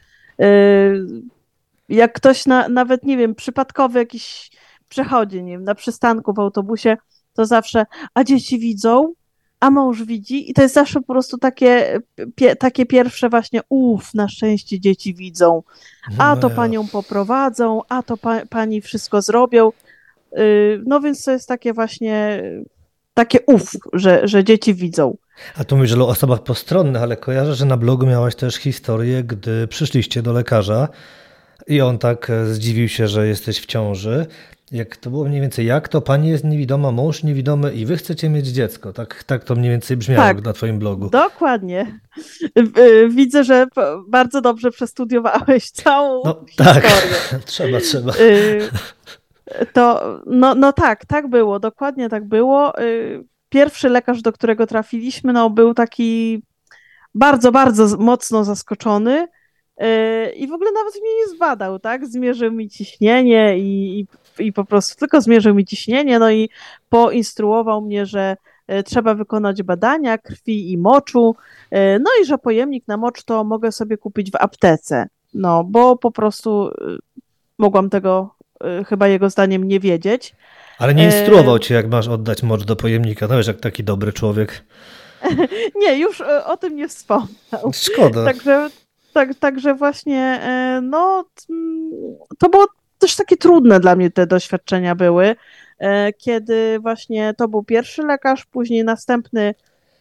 Jak ktoś na, nawet, nie wiem, przypadkowy jakiś przechodzi, nie wiem, na przystanku w autobusie, to zawsze, a dzieci widzą, a mąż widzi i to jest zawsze po prostu takie, pie, takie pierwsze właśnie, uff, na szczęście dzieci widzą, a to panią poprowadzą, a to pa, pani wszystko zrobią. No więc to jest takie właśnie, takie uff, że, że dzieci widzą. A tu mówisz o osobach postronnych, ale kojarzę, że na blogu miałaś też historię, gdy przyszliście do lekarza i on tak zdziwił się, że jesteś w ciąży. Jak to było mniej więcej, jak to pani jest niewidoma, mąż niewidomy i wy chcecie mieć dziecko. Tak, tak to mniej więcej brzmiało tak, na twoim blogu. Dokładnie. Widzę, że bardzo dobrze przestudiowałeś całą no, historię. Tak, trzeba, trzeba. To, no, no tak, tak było, dokładnie tak było. Pierwszy lekarz, do którego trafiliśmy, no był taki bardzo, bardzo mocno zaskoczony i w ogóle nawet mnie nie zbadał, tak? Zmierzył mi ciśnienie i, i, i po prostu tylko zmierzył mi ciśnienie, no i poinstruował mnie, że trzeba wykonać badania krwi i moczu, no i że pojemnik na mocz to mogę sobie kupić w aptece, no bo po prostu mogłam tego chyba jego zdaniem nie wiedzieć. Ale nie instruował cię, jak masz oddać mocz do pojemnika, no wiesz, jak taki dobry człowiek. Nie, już o tym nie wspomniał. Szkoda. Także, tak, także właśnie, no, to było też takie trudne dla mnie te doświadczenia były, kiedy właśnie to był pierwszy lekarz, później następny,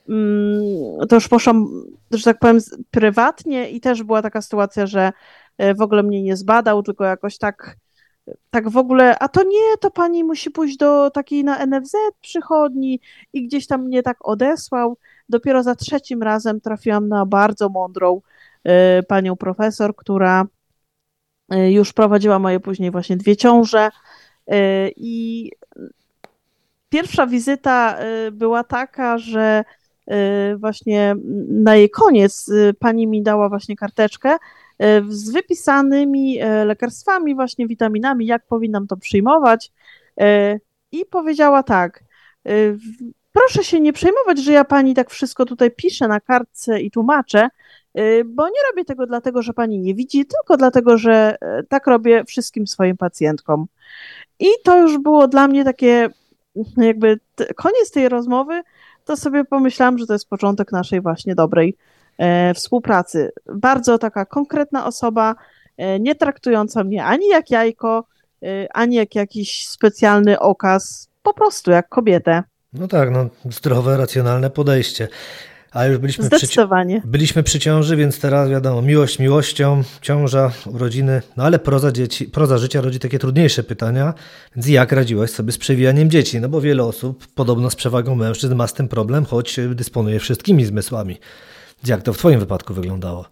to już poszłam, że tak powiem, prywatnie i też była taka sytuacja, że w ogóle mnie nie zbadał, tylko jakoś tak tak w ogóle, a to nie, to pani musi pójść do takiej na N F Z przychodni i gdzieś tam mnie tak odesłał. Dopiero za trzecim razem trafiłam na bardzo mądrą y, panią profesor, która y, już prowadziła moje później właśnie dwie ciąże y, i pierwsza wizyta y, była taka, że y, właśnie na jej koniec y, pani mi dała właśnie karteczkę z wypisanymi lekarstwami, właśnie witaminami, jak powinnam to przyjmować i powiedziała tak, proszę się nie przejmować, że ja pani tak wszystko tutaj piszę na kartce i tłumaczę, bo nie robię tego dlatego, że pani nie widzi, tylko dlatego, że tak robię wszystkim swoim pacjentkom. I to już było dla mnie takie jakby koniec tej rozmowy, to sobie pomyślałam, że to jest początek naszej właśnie dobrej współpracy. Bardzo taka konkretna osoba, nie traktująca mnie ani jak jajko, ani jak jakiś specjalny okaz, po prostu jak kobietę. No tak, no zdrowe, racjonalne podejście. A już byliśmy Zdecydowanie. Przy, byliśmy przy ciąży, więc teraz wiadomo, miłość miłością, ciąża, urodziny, no ale proza, dzieci, proza życia rodzi takie trudniejsze pytania, więc jak radziłaś sobie z przewijaniem dzieci? No bo wiele osób, podobno z przewagą mężczyzn, ma z tym problem, choć dysponuje wszystkimi zmysłami. Jak to w twoim wypadku wyglądało?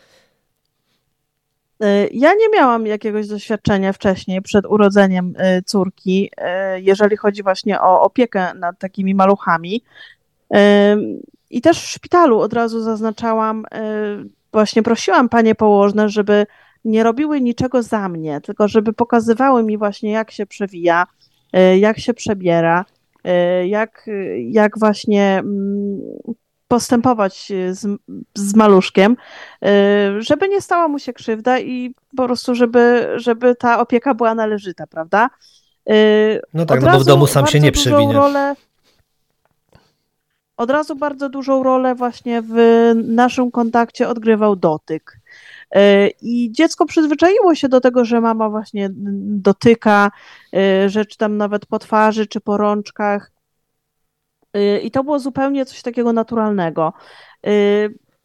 Ja nie miałam jakiegoś doświadczenia wcześniej przed urodzeniem córki, jeżeli chodzi właśnie o opiekę nad takimi maluchami. I też w szpitalu od razu zaznaczałam, właśnie prosiłam panie położne, żeby nie robiły niczego za mnie, tylko żeby pokazywały mi właśnie, jak się przewija, jak się przebiera, jak, jak właśnie postępować z, z maluszkiem, żeby nie stała mu się krzywda i po prostu, żeby, żeby ta opieka była należyta, prawda? No tak, no bo w domu sam się nie przewinie. Rolę, od razu bardzo dużą rolę właśnie w naszym kontakcie odgrywał dotyk. I dziecko przyzwyczaiło się do tego, że mama właśnie dotyka, że czy tam nawet po twarzy, czy po rączkach. I to było zupełnie coś takiego naturalnego.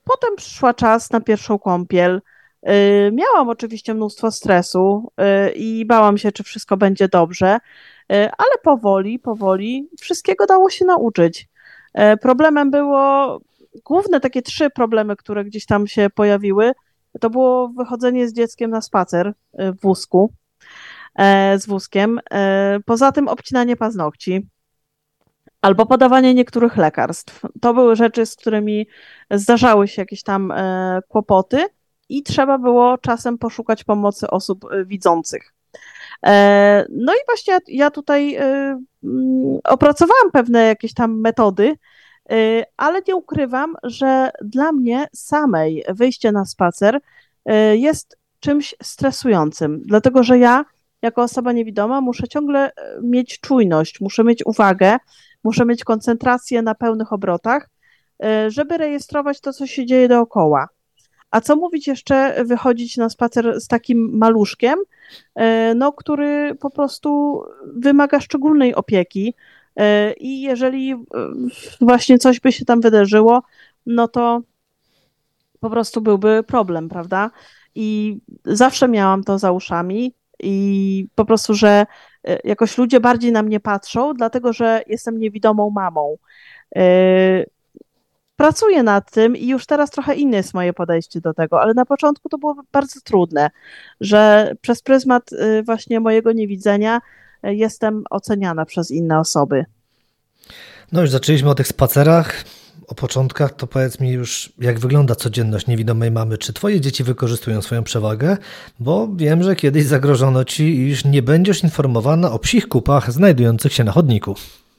Potem przyszła czas na pierwszą kąpiel. Y, Miałam oczywiście mnóstwo stresu y, i bałam się, czy wszystko będzie dobrze, y, ale powoli, powoli wszystkiego dało się nauczyć. Y, Problemem było, główne takie trzy problemy, które gdzieś tam się pojawiły, to było wychodzenie z dzieckiem na spacer y, w wózku, e, z wózkiem. E, Poza tym obcinanie paznokci albo podawanie niektórych lekarstw. To były rzeczy, z którymi zdarzały się jakieś tam e, kłopoty i trzeba było czasem poszukać pomocy osób e, widzących. E, No i właśnie ja, ja tutaj e, mm, opracowałam pewne jakieś tam metody, e, ale nie ukrywam, że dla mnie samej wyjście na spacer e, jest czymś stresującym, dlatego że ja jako osoba niewidoma muszę ciągle e, mieć czujność, muszę mieć uwagę, muszę mieć koncentrację na pełnych obrotach, e, żeby rejestrować to, co się dzieje dookoła. A co mówić jeszcze, wychodzić na spacer z takim maluszkiem, e, no, który po prostu wymaga szczególnej opieki e, i jeżeli e, właśnie coś by się tam wydarzyło, no to po prostu byłby problem, prawda? I zawsze miałam to za uszami i po prostu, że e, jakoś ludzie bardziej na mnie patrzą, dlatego że jestem niewidomą mamą. E, Pracuję nad tym i już teraz trochę inne jest moje podejście do tego, ale na początku to było bardzo trudne, że przez pryzmat y, właśnie mojego niewidzenia y, jestem oceniana przez inne osoby. No już zaczęliśmy o tych spacerach, o początkach, to powiedz mi już, jak wygląda codzienność niewidomej mamy. Czy twoje dzieci wykorzystują swoją przewagę? Bo wiem, że kiedyś zagrożono ci, iż nie będziesz informowana o psich kupach znajdujących się na chodniku.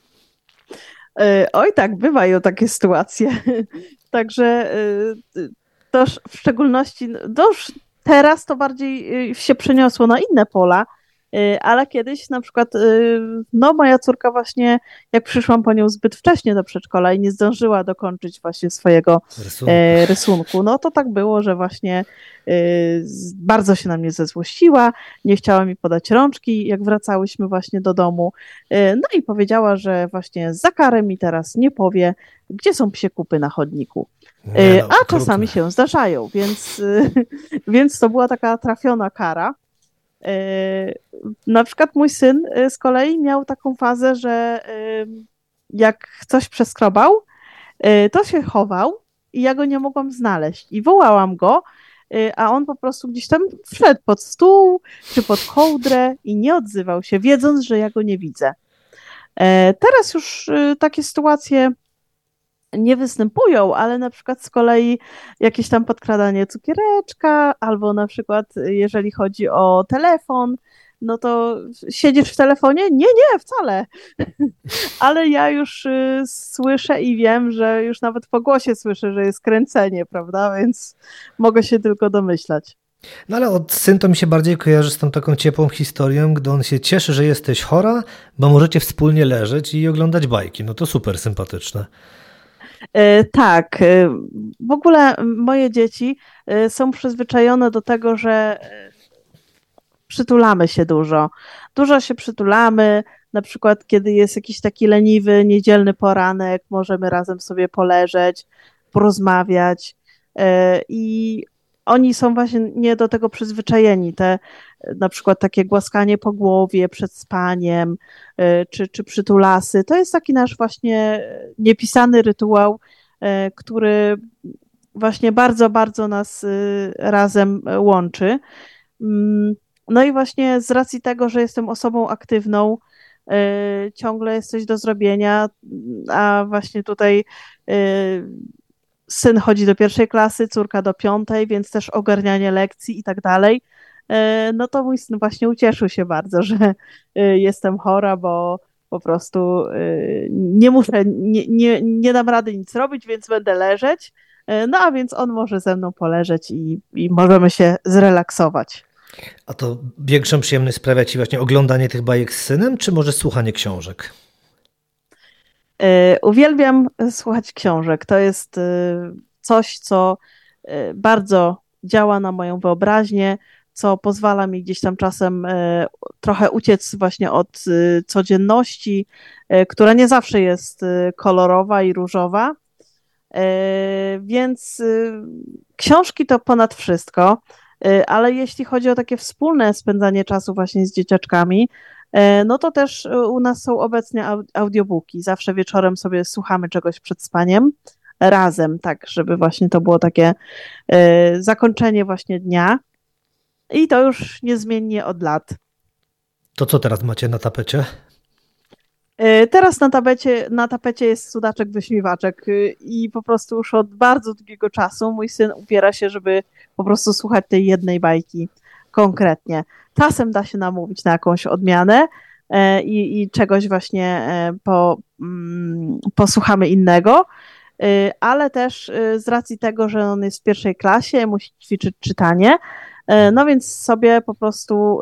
Y, Oj tak, bywają takie sytuacje. Także y, to już w szczególności, to już teraz to bardziej y, się przeniosło na inne pola, y, ale kiedyś na przykład, y, no moja córka właśnie, jak przyszłam po nią zbyt wcześnie do przedszkola i nie zdążyła dokończyć właśnie swojego Rysunku. e, rysunku, no to tak było, że właśnie y, z- bardzo się na mnie zezłościła, nie chciała mi podać rączki, jak wracałyśmy właśnie do domu, y, no i powiedziała, że właśnie za karę mi teraz nie powie, gdzie są psie kupy na chodniku. Nie Y, no, A okrutne. czasami się zdarzają, więc, y, więc to była taka trafiona kara. Y, Na przykład mój syn y, z kolei miał taką fazę, że y, jak coś przeskrobał, y, to się chował i ja go nie mogłam znaleźć. I wołałam go, y, a on po prostu gdzieś tam wszedł pod stół czy pod kołdrę i nie odzywał się, wiedząc, że ja go nie widzę. E, Teraz już y, takie sytuacje nie występują, ale na przykład z kolei jakieś tam podkradanie cukiereczka, albo na przykład y, jeżeli chodzi o telefon, no to siedzisz w telefonie? Nie, nie, wcale. Ale ja już y, słyszę i wiem, że już nawet po głosie słyszę, że jest kręcenie, prawda? Więc mogę się tylko domyślać. No ale od syn to mi się bardziej kojarzy z tą taką ciepłą historią, gdy on się cieszy, że jesteś chora, bo możecie wspólnie leżeć i oglądać bajki. No to super sympatyczne. E, Tak, e, w ogóle moje dzieci e, są przyzwyczajone do tego, że e, przytulamy się dużo. Dużo się przytulamy, na przykład kiedy jest jakiś taki leniwy, niedzielny poranek, możemy razem sobie poleżeć, porozmawiać e, i oni są właśnie nie do tego przyzwyczajeni. Te e, na przykład takie głaskanie po głowie przed spaniem, e, czy, czy przytulasy, to jest taki nasz właśnie e, niepisany rytuał, e, który właśnie bardzo, bardzo nas e, razem e, łączy. Mm, No i właśnie z racji tego, że jestem osobą aktywną, y, ciągle jest coś do zrobienia, a właśnie tutaj y, syn chodzi do pierwszej klasy, córka do piątej, więc też ogarnianie lekcji i tak dalej. Y, No to mój syn właśnie ucieszył się bardzo, że y, jestem chora, bo po prostu y, nie muszę, nie, nie, nie dam rady nic robić, więc będę leżeć. Y, No a więc on może ze mną poleżeć i, i możemy się zrelaksować. A to większą przyjemność sprawia ci właśnie oglądanie tych bajek z synem, czy może słuchanie książek? Y, Uwielbiam słuchać książek. To jest y, coś, co y, bardzo działa na moją wyobraźnię, co pozwala mi gdzieś tam czasem y, trochę uciec właśnie od y, codzienności, y, która nie zawsze jest y, kolorowa i różowa. Więc książki to ponad wszystko, ale jeśli chodzi o takie wspólne spędzanie czasu właśnie z dzieciaczkami, no to też u nas są obecnie audiobooki. Zawsze wieczorem sobie słuchamy czegoś przed spaniem razem, tak, żeby właśnie to było takie zakończenie właśnie dnia i to już niezmiennie od lat. To co teraz macie na tapecie? Teraz na tapecie, na tapecie jest Cudaczek Wyśmiewaczek i po prostu już od bardzo długiego czasu mój syn upiera się, żeby po prostu słuchać tej jednej bajki konkretnie. Czasem da się namówić na jakąś odmianę i, i czegoś właśnie po, posłuchamy innego, ale też z racji tego, że on jest w pierwszej klasie, musi ćwiczyć czytanie, no więc sobie po prostu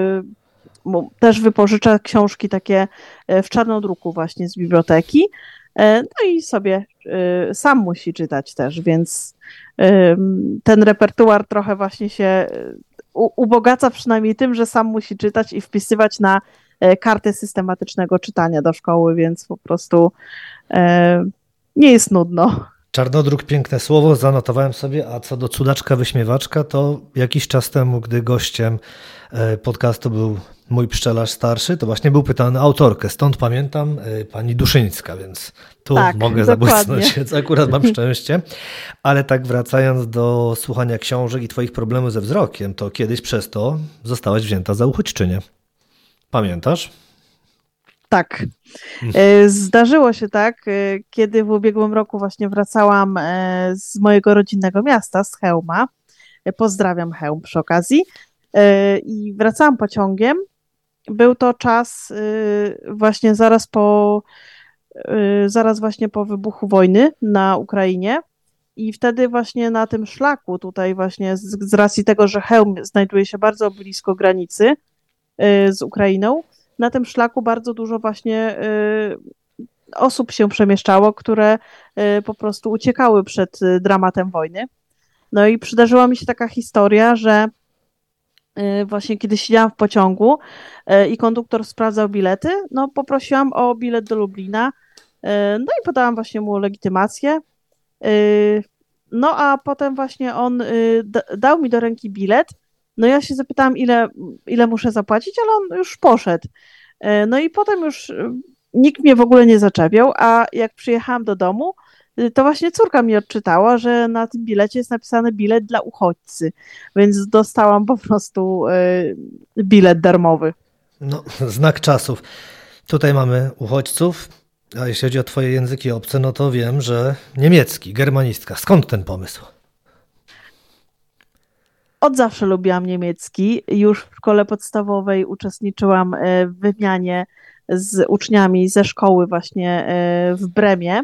też wypożycza książki takie w czarnodruku właśnie z biblioteki, no i sobie sam musi czytać też, więc ten repertuar trochę właśnie się ubogaca przynajmniej tym, że sam musi czytać i wpisywać na kartę systematycznego czytania do szkoły, więc po prostu nie jest nudno. Czarnodruk, piękne słowo, zanotowałem sobie, a co do Cudaczka Wyśmiewaczka, to jakiś czas temu, gdy gościem podcastu był mój pszczelarz starszy, to właśnie był pytany o autorkę, stąd pamiętam pani Duszyńska, więc tu tak, mogę dokładnie. zabłysnąć, więc akurat mam szczęście. Ale tak wracając do słuchania książek i twoich problemów ze wzrokiem, to kiedyś przez to zostałaś wzięta za uchodźczynię. Pamiętasz? Tak. Zdarzyło się tak, kiedy w ubiegłym roku właśnie wracałam z mojego rodzinnego miasta, z Chełma. Pozdrawiam Chełm przy okazji. I wracałam pociągiem. Był to czas właśnie zaraz po, zaraz właśnie po wybuchu wojny na Ukrainie. I wtedy właśnie na tym szlaku tutaj właśnie z, z racji tego, że Chełm znajduje się bardzo blisko granicy z Ukrainą, na tym szlaku bardzo dużo właśnie y, osób się przemieszczało, które y, po prostu uciekały przed y, dramatem wojny. No i przydarzyła mi się taka historia, że y, właśnie kiedy siedziałam w pociągu y, i konduktor sprawdzał bilety, no poprosiłam o bilet do Lublina, y, no i podałam właśnie mu legitymację. Y, no a potem właśnie on y, d- dał mi do ręki bilet. No ja się zapytałam, ile, ile muszę zapłacić, ale on już poszedł. No i potem już nikt mnie w ogóle nie zaczepiał, a jak przyjechałam do domu, to właśnie córka mi odczytała, że na tym bilecie jest napisany bilet dla uchodźcy, więc dostałam po prostu bilet darmowy. No, znak czasów. Tutaj mamy uchodźców, a jeśli chodzi o twoje języki obce, no to wiem, że niemiecki, germanistka. Skąd ten pomysł? Od zawsze lubiłam niemiecki. Już w szkole podstawowej uczestniczyłam w wymianie z uczniami ze szkoły właśnie w Bremie.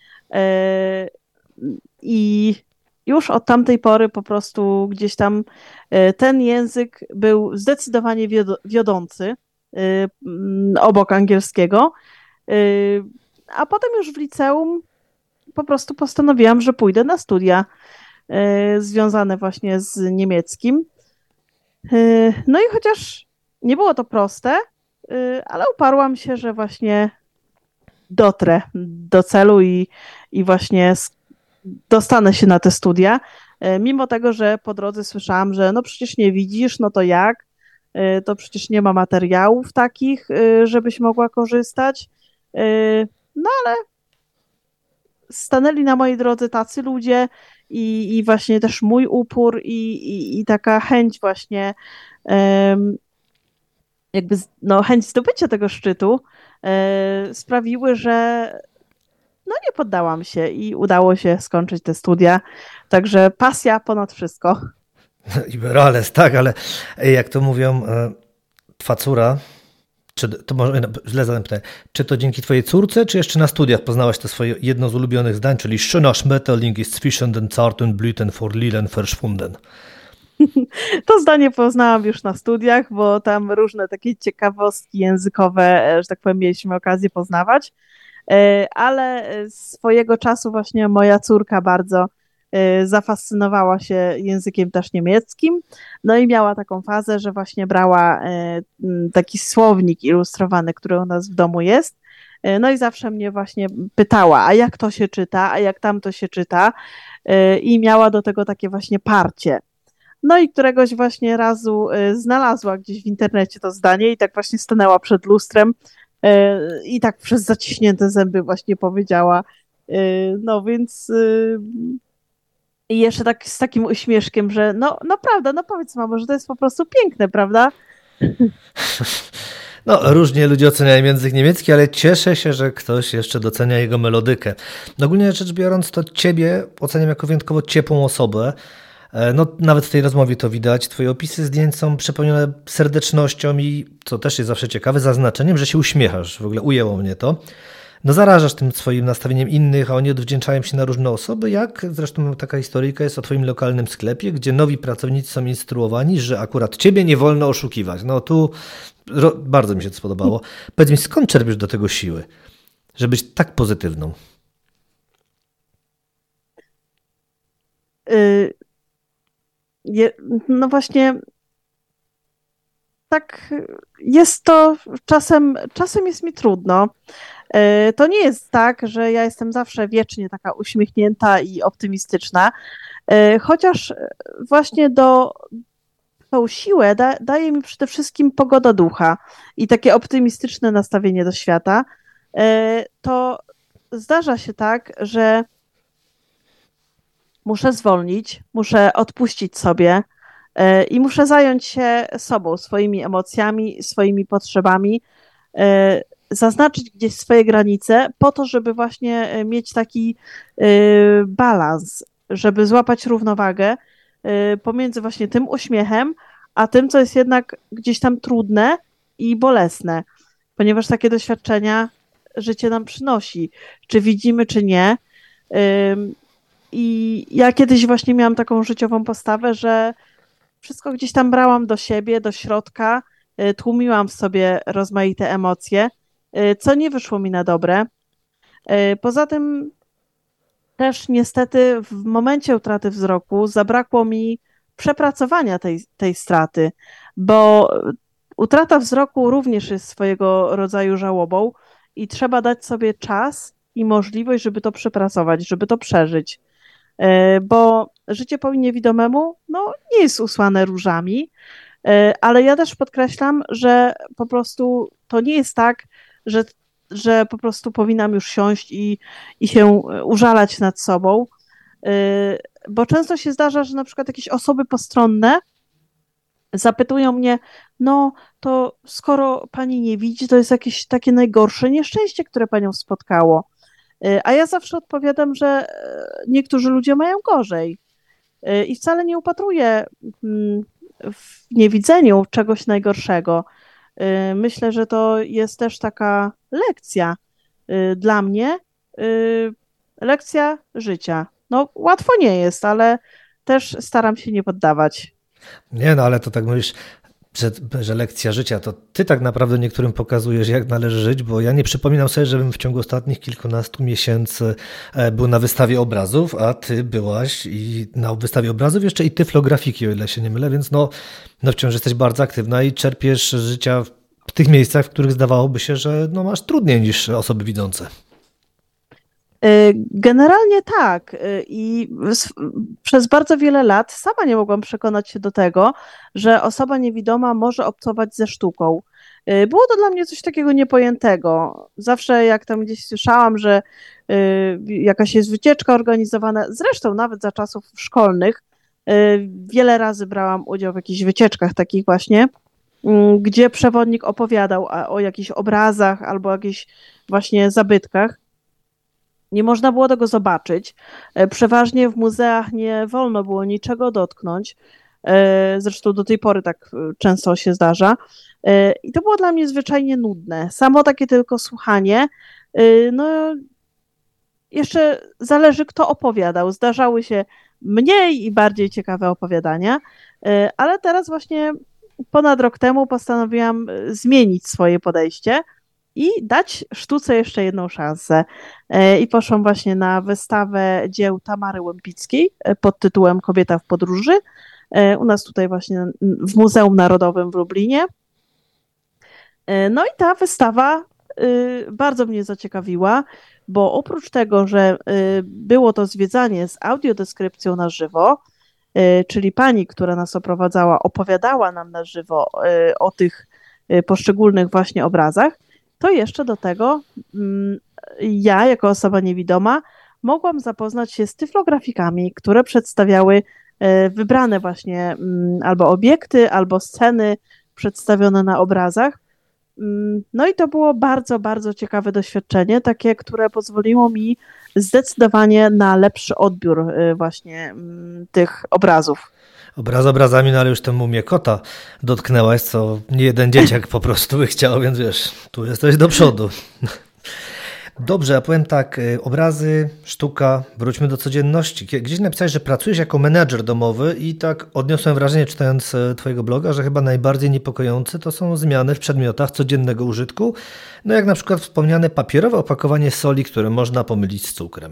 I już od tamtej pory po prostu gdzieś tam ten język był zdecydowanie wiodący obok angielskiego. A potem już w liceum po prostu postanowiłam, że pójdę na studia związane właśnie z niemieckim. No i chociaż nie było to proste, ale uparłam się, że właśnie dotrę do celu i, i właśnie dostanę się na te studia, mimo tego, że po drodze słyszałam, że no przecież nie widzisz, no to jak? To przecież nie ma materiałów takich, żebyś mogła korzystać. No ale stanęli na mojej drodze tacy ludzie i, i właśnie też mój upór i, i, i taka chęć właśnie um, jakby no, chęć zdobycia tego szczytu e, sprawiły, że no nie poddałam się i udało się skończyć te studia. Także pasja ponad wszystko. Iberales, tak, ale jak to mówią, twa córa, czy to może źle zadam pytanie, czy to dzięki twojej córce, czy jeszcze na studiach poznałaś to swoje jedno z ulubionych zdań, czyli schöner Schmetterling ist zwischen den zarten Blüten vor Lilien verschwunden? To zdanie poznałam już na studiach, bo tam różne takie ciekawostki językowe, że tak powiem, mieliśmy okazję poznawać, ale swojego czasu właśnie moja córka bardzo zafascynowała się językiem też niemieckim, no i miała taką fazę, że właśnie brała taki słownik ilustrowany, który u nas w domu jest No i zawsze mnie właśnie pytała, a jak to się czyta, a jak tam to się czyta, i miała do tego takie właśnie parcie. No i któregoś właśnie razu znalazła gdzieś w internecie to zdanie i tak właśnie stanęła przed lustrem i tak przez zaciśnięte zęby właśnie powiedziała. No więc i jeszcze tak z takim uśmieszkiem, że no, no prawda, no powiedz mamo, że to jest po prostu piękne, prawda? No, różnie ludzie oceniają język niemiecki, ale cieszę się, że ktoś jeszcze docenia jego melodykę. No, ogólnie rzecz biorąc, to ciebie oceniam jako wyjątkowo ciepłą osobę. No, nawet w tej rozmowie to widać. Twoje opisy zdjęć są przepełnione serdecznością i, co też jest zawsze ciekawe, zaznaczeniem, że się uśmiechasz. W ogóle ujęło mnie to. No, zarażasz tym swoim nastawieniem innych, a oni odwdzięczają się na różne osoby, jak zresztą taka historyjka jest o twoim lokalnym sklepie, gdzie nowi pracownicy są instruowani, że akurat ciebie nie wolno oszukiwać. No tu ro, bardzo mi się to spodobało. Powiedz mi, skąd czerpiesz do tego siły, żeby być tak pozytywną? Y- je, no właśnie tak jest to, czasem, czasem jest mi trudno. To nie jest tak, że ja jestem zawsze wiecznie taka uśmiechnięta i optymistyczna, chociaż właśnie do tą siłę da, daje mi przede wszystkim pogoda ducha i takie optymistyczne nastawienie do świata. To zdarza się tak, że muszę zwolnić, muszę odpuścić sobie i muszę zająć się sobą, swoimi emocjami, swoimi potrzebami, zaznaczyć gdzieś swoje granice po to, żeby właśnie mieć taki balans, żeby złapać równowagę pomiędzy właśnie tym uśmiechem, a tym, co jest jednak gdzieś tam trudne i bolesne, ponieważ takie doświadczenia życie nam przynosi, czy widzimy, czy nie. I ja kiedyś właśnie miałam taką życiową postawę, że wszystko gdzieś tam brałam do siebie, do środka, tłumiłam w sobie rozmaite emocje, co nie wyszło mi na dobre. Poza tym też niestety w momencie utraty wzroku zabrakło mi przepracowania tej, tej straty, bo utrata wzroku również jest swojego rodzaju żałobą i trzeba dać sobie czas i możliwość, żeby to przepracować, żeby to przeżyć. Bo życie po niewidomemu no, nie jest usłane różami, ale ja też podkreślam, że po prostu to nie jest tak, że, że po prostu powinnam już siąść i, i się użalać nad sobą, bo często się zdarza, że na przykład jakieś osoby postronne zapytują mnie, no to skoro pani nie widzi, to jest jakieś takie najgorsze nieszczęście, które panią spotkało. A ja zawsze odpowiadam, że niektórzy ludzie mają gorzej i wcale nie upatruję w niewidzeniu czegoś najgorszego. Myślę, że to jest też taka lekcja dla mnie, lekcja życia. No łatwo nie jest, ale też staram się nie poddawać. Nie, no ale to tak mówisz, że, że lekcja życia, to ty tak naprawdę niektórym pokazujesz, jak należy żyć, bo ja nie przypominam sobie, żebym w ciągu ostatnich kilkunastu miesięcy był na wystawie obrazów, a ty byłaś i na wystawie obrazów jeszcze i tyflografiki, o ile się nie mylę, więc no, no wciąż jesteś bardzo aktywna i czerpiesz życia w tych miejscach, w których zdawałoby się, że no, masz trudniej niż osoby widzące. Generalnie tak i przez bardzo wiele lat sama nie mogłam przekonać się do tego, że osoba niewidoma może obcować ze sztuką. Było to dla mnie coś takiego niepojętego. Zawsze jak tam gdzieś słyszałam, że jakaś jest wycieczka organizowana, zresztą nawet za czasów szkolnych, wiele razy brałam udział w jakichś wycieczkach takich właśnie, gdzie przewodnik opowiadał o jakichś obrazach albo jakichś właśnie zabytkach. Nie można było tego zobaczyć. Przeważnie w muzeach nie wolno było niczego dotknąć. Zresztą do tej pory tak często się zdarza. I to było dla mnie zwyczajnie nudne. Samo takie tylko słuchanie. No, jeszcze zależy, kto opowiadał. Zdarzały się mniej i bardziej ciekawe opowiadania, ale teraz właśnie ponad rok temu postanowiłam zmienić swoje podejście i dać sztuce jeszcze jedną szansę. I poszłam właśnie na wystawę dzieł Tamary Łempickiej pod tytułem Kobieta w podróży. U nas tutaj właśnie w Muzeum Narodowym w Lublinie. No i ta wystawa y, bardzo mnie zaciekawiła, bo oprócz tego, że y, było to zwiedzanie z audiodeskrypcją na żywo, y, czyli pani, która nas oprowadzała, opowiadała nam na żywo y, o tych y, poszczególnych właśnie obrazach, to jeszcze do tego mm, ja, jako osoba niewidoma, mogłam zapoznać się z tyflografikami, które przedstawiały y, wybrane właśnie mm, albo obiekty, albo sceny przedstawione na obrazach. No i to było bardzo, bardzo ciekawe doświadczenie, takie, które pozwoliło mi zdecydowanie na lepszy odbiór y, właśnie mm, tych obrazów. Obraz obrazami, no ale już tę mumię kota dotknęłaś, co nie jeden dzieciak po prostu by chciał, więc wiesz, tu jesteś do przodu. Dobrze, ja powiem tak, obrazy, sztuka, wróćmy do codzienności. Gdzieś napisałeś, że pracujesz jako menedżer domowy i tak odniosłem wrażenie, czytając twojego bloga, że chyba najbardziej niepokojące to są zmiany w przedmiotach codziennego użytku, no jak na przykład wspomniane papierowe opakowanie soli, które można pomylić z cukrem.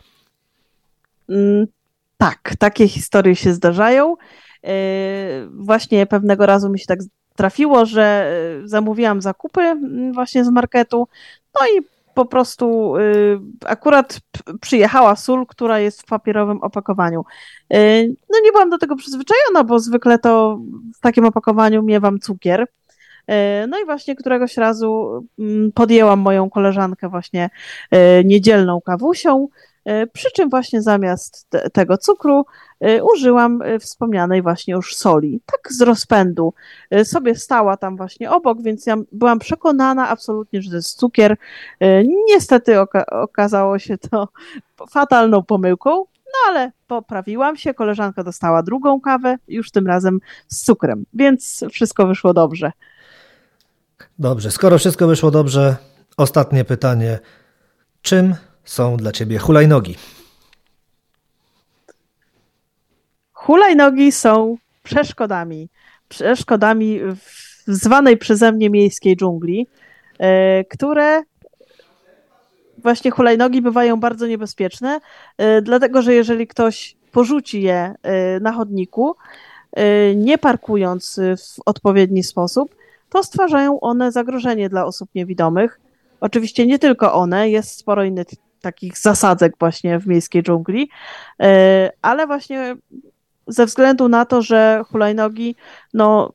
Mm, tak, takie historie się zdarzają. Yy, właśnie pewnego razu mi się tak trafiło, że zamówiłam zakupy właśnie z marketu, no i po prostu y, akurat p- przyjechała sól, która jest w papierowym opakowaniu. Y, no nie byłam do tego przyzwyczajona, bo zwykle to w takim opakowaniu miewam cukier. Y, no i właśnie któregoś razu mm, podjęłam moją koleżankę właśnie y, niedzielną kawusią, y, przy czym właśnie zamiast te, tego cukru y, użyłam y, wspomnianej właśnie już soli. Tak z rozpędu. Y, sobie stała tam właśnie obok, więc ja byłam przekonana absolutnie, że to jest cukier. Y, Niestety oka- okazało się to fatalną pomyłką, no ale poprawiłam się, koleżanka dostała drugą kawę, już tym razem z cukrem, więc wszystko wyszło dobrze. Dobrze, skoro wszystko wyszło dobrze, ostatnie pytanie. Czym są dla ciebie hulajnogi? Hulajnogi są przeszkodami. Przeszkodami w zwanej przeze mnie miejskiej dżungli, y, które właśnie hulajnogi bywają bardzo niebezpieczne, y, dlatego że jeżeli ktoś porzuci je y, na chodniku, y, nie parkując y, w odpowiedni sposób, to stwarzają one zagrożenie dla osób niewidomych. Oczywiście nie tylko one, jest sporo innych takich zasadzek właśnie w miejskiej dżungli, y, ale właśnie ze względu na to, że hulajnogi no,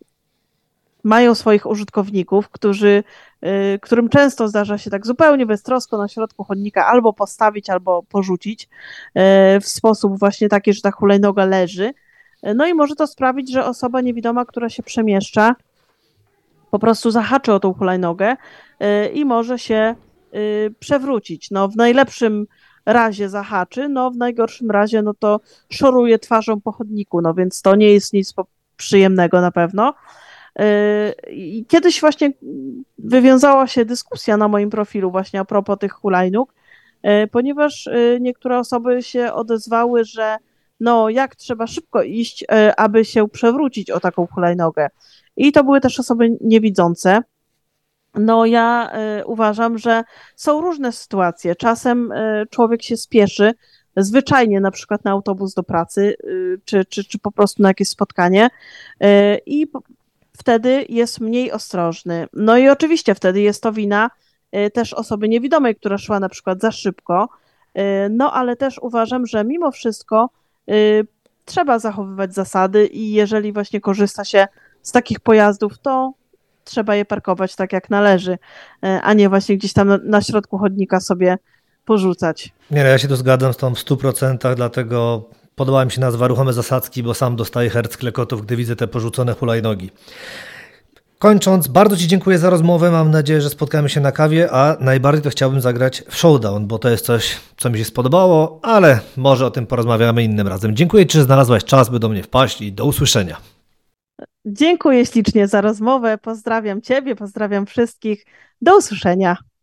mają swoich użytkowników, którzy, y, którym często zdarza się tak zupełnie beztrosko na środku chodnika albo postawić, albo porzucić y, w sposób właśnie taki, że ta hulajnoga leży. Y, No i może to sprawić, że osoba niewidoma, która się przemieszcza, po prostu zahaczy o tą hulajnogę y, i może się y, przewrócić. No w najlepszym razie zahaczy, no w najgorszym razie no to szoruje twarzą po chodniku, no więc to nie jest nic po- przyjemnego na pewno. Y, I kiedyś właśnie wywiązała się dyskusja na moim profilu właśnie a propos tych hulajnóg, y, ponieważ y, niektóre osoby się odezwały, że no jak trzeba szybko iść, y, aby się przewrócić o taką hulajnogę. I to były też osoby niewidzące. No ja y, uważam, że są różne sytuacje. Czasem y, człowiek się spieszy, zwyczajnie na przykład na autobus do pracy, y, czy, czy, czy po prostu na jakieś spotkanie y, i po- wtedy jest mniej ostrożny. No i oczywiście wtedy jest to wina y, też osoby niewidomej, która szła na przykład za szybko. Y, No ale też uważam, że mimo wszystko y, trzeba zachowywać zasady i jeżeli właśnie korzysta się z takich pojazdów, to trzeba je parkować tak jak należy, y, a nie właśnie gdzieś tam na, na środku chodnika sobie porzucać. Nie, no ja się tu zgadzam z tą w stu procentach, dlatego podoba mi się nazwa ruchome zasadzki, bo sam dostaję herc klekotów, gdy widzę te porzucone hulajnogi. Kończąc, bardzo ci dziękuję za rozmowę, mam nadzieję, że spotkamy się na kawie, a najbardziej to chciałbym zagrać w Showdown, bo to jest coś, co mi się spodobało, ale może o tym porozmawiamy innym razem. Dziękuję ci, że znalazłaś czas, by do mnie wpaść i do usłyszenia. Dziękuję ślicznie za rozmowę, pozdrawiam Ciebie, pozdrawiam wszystkich, do usłyszenia.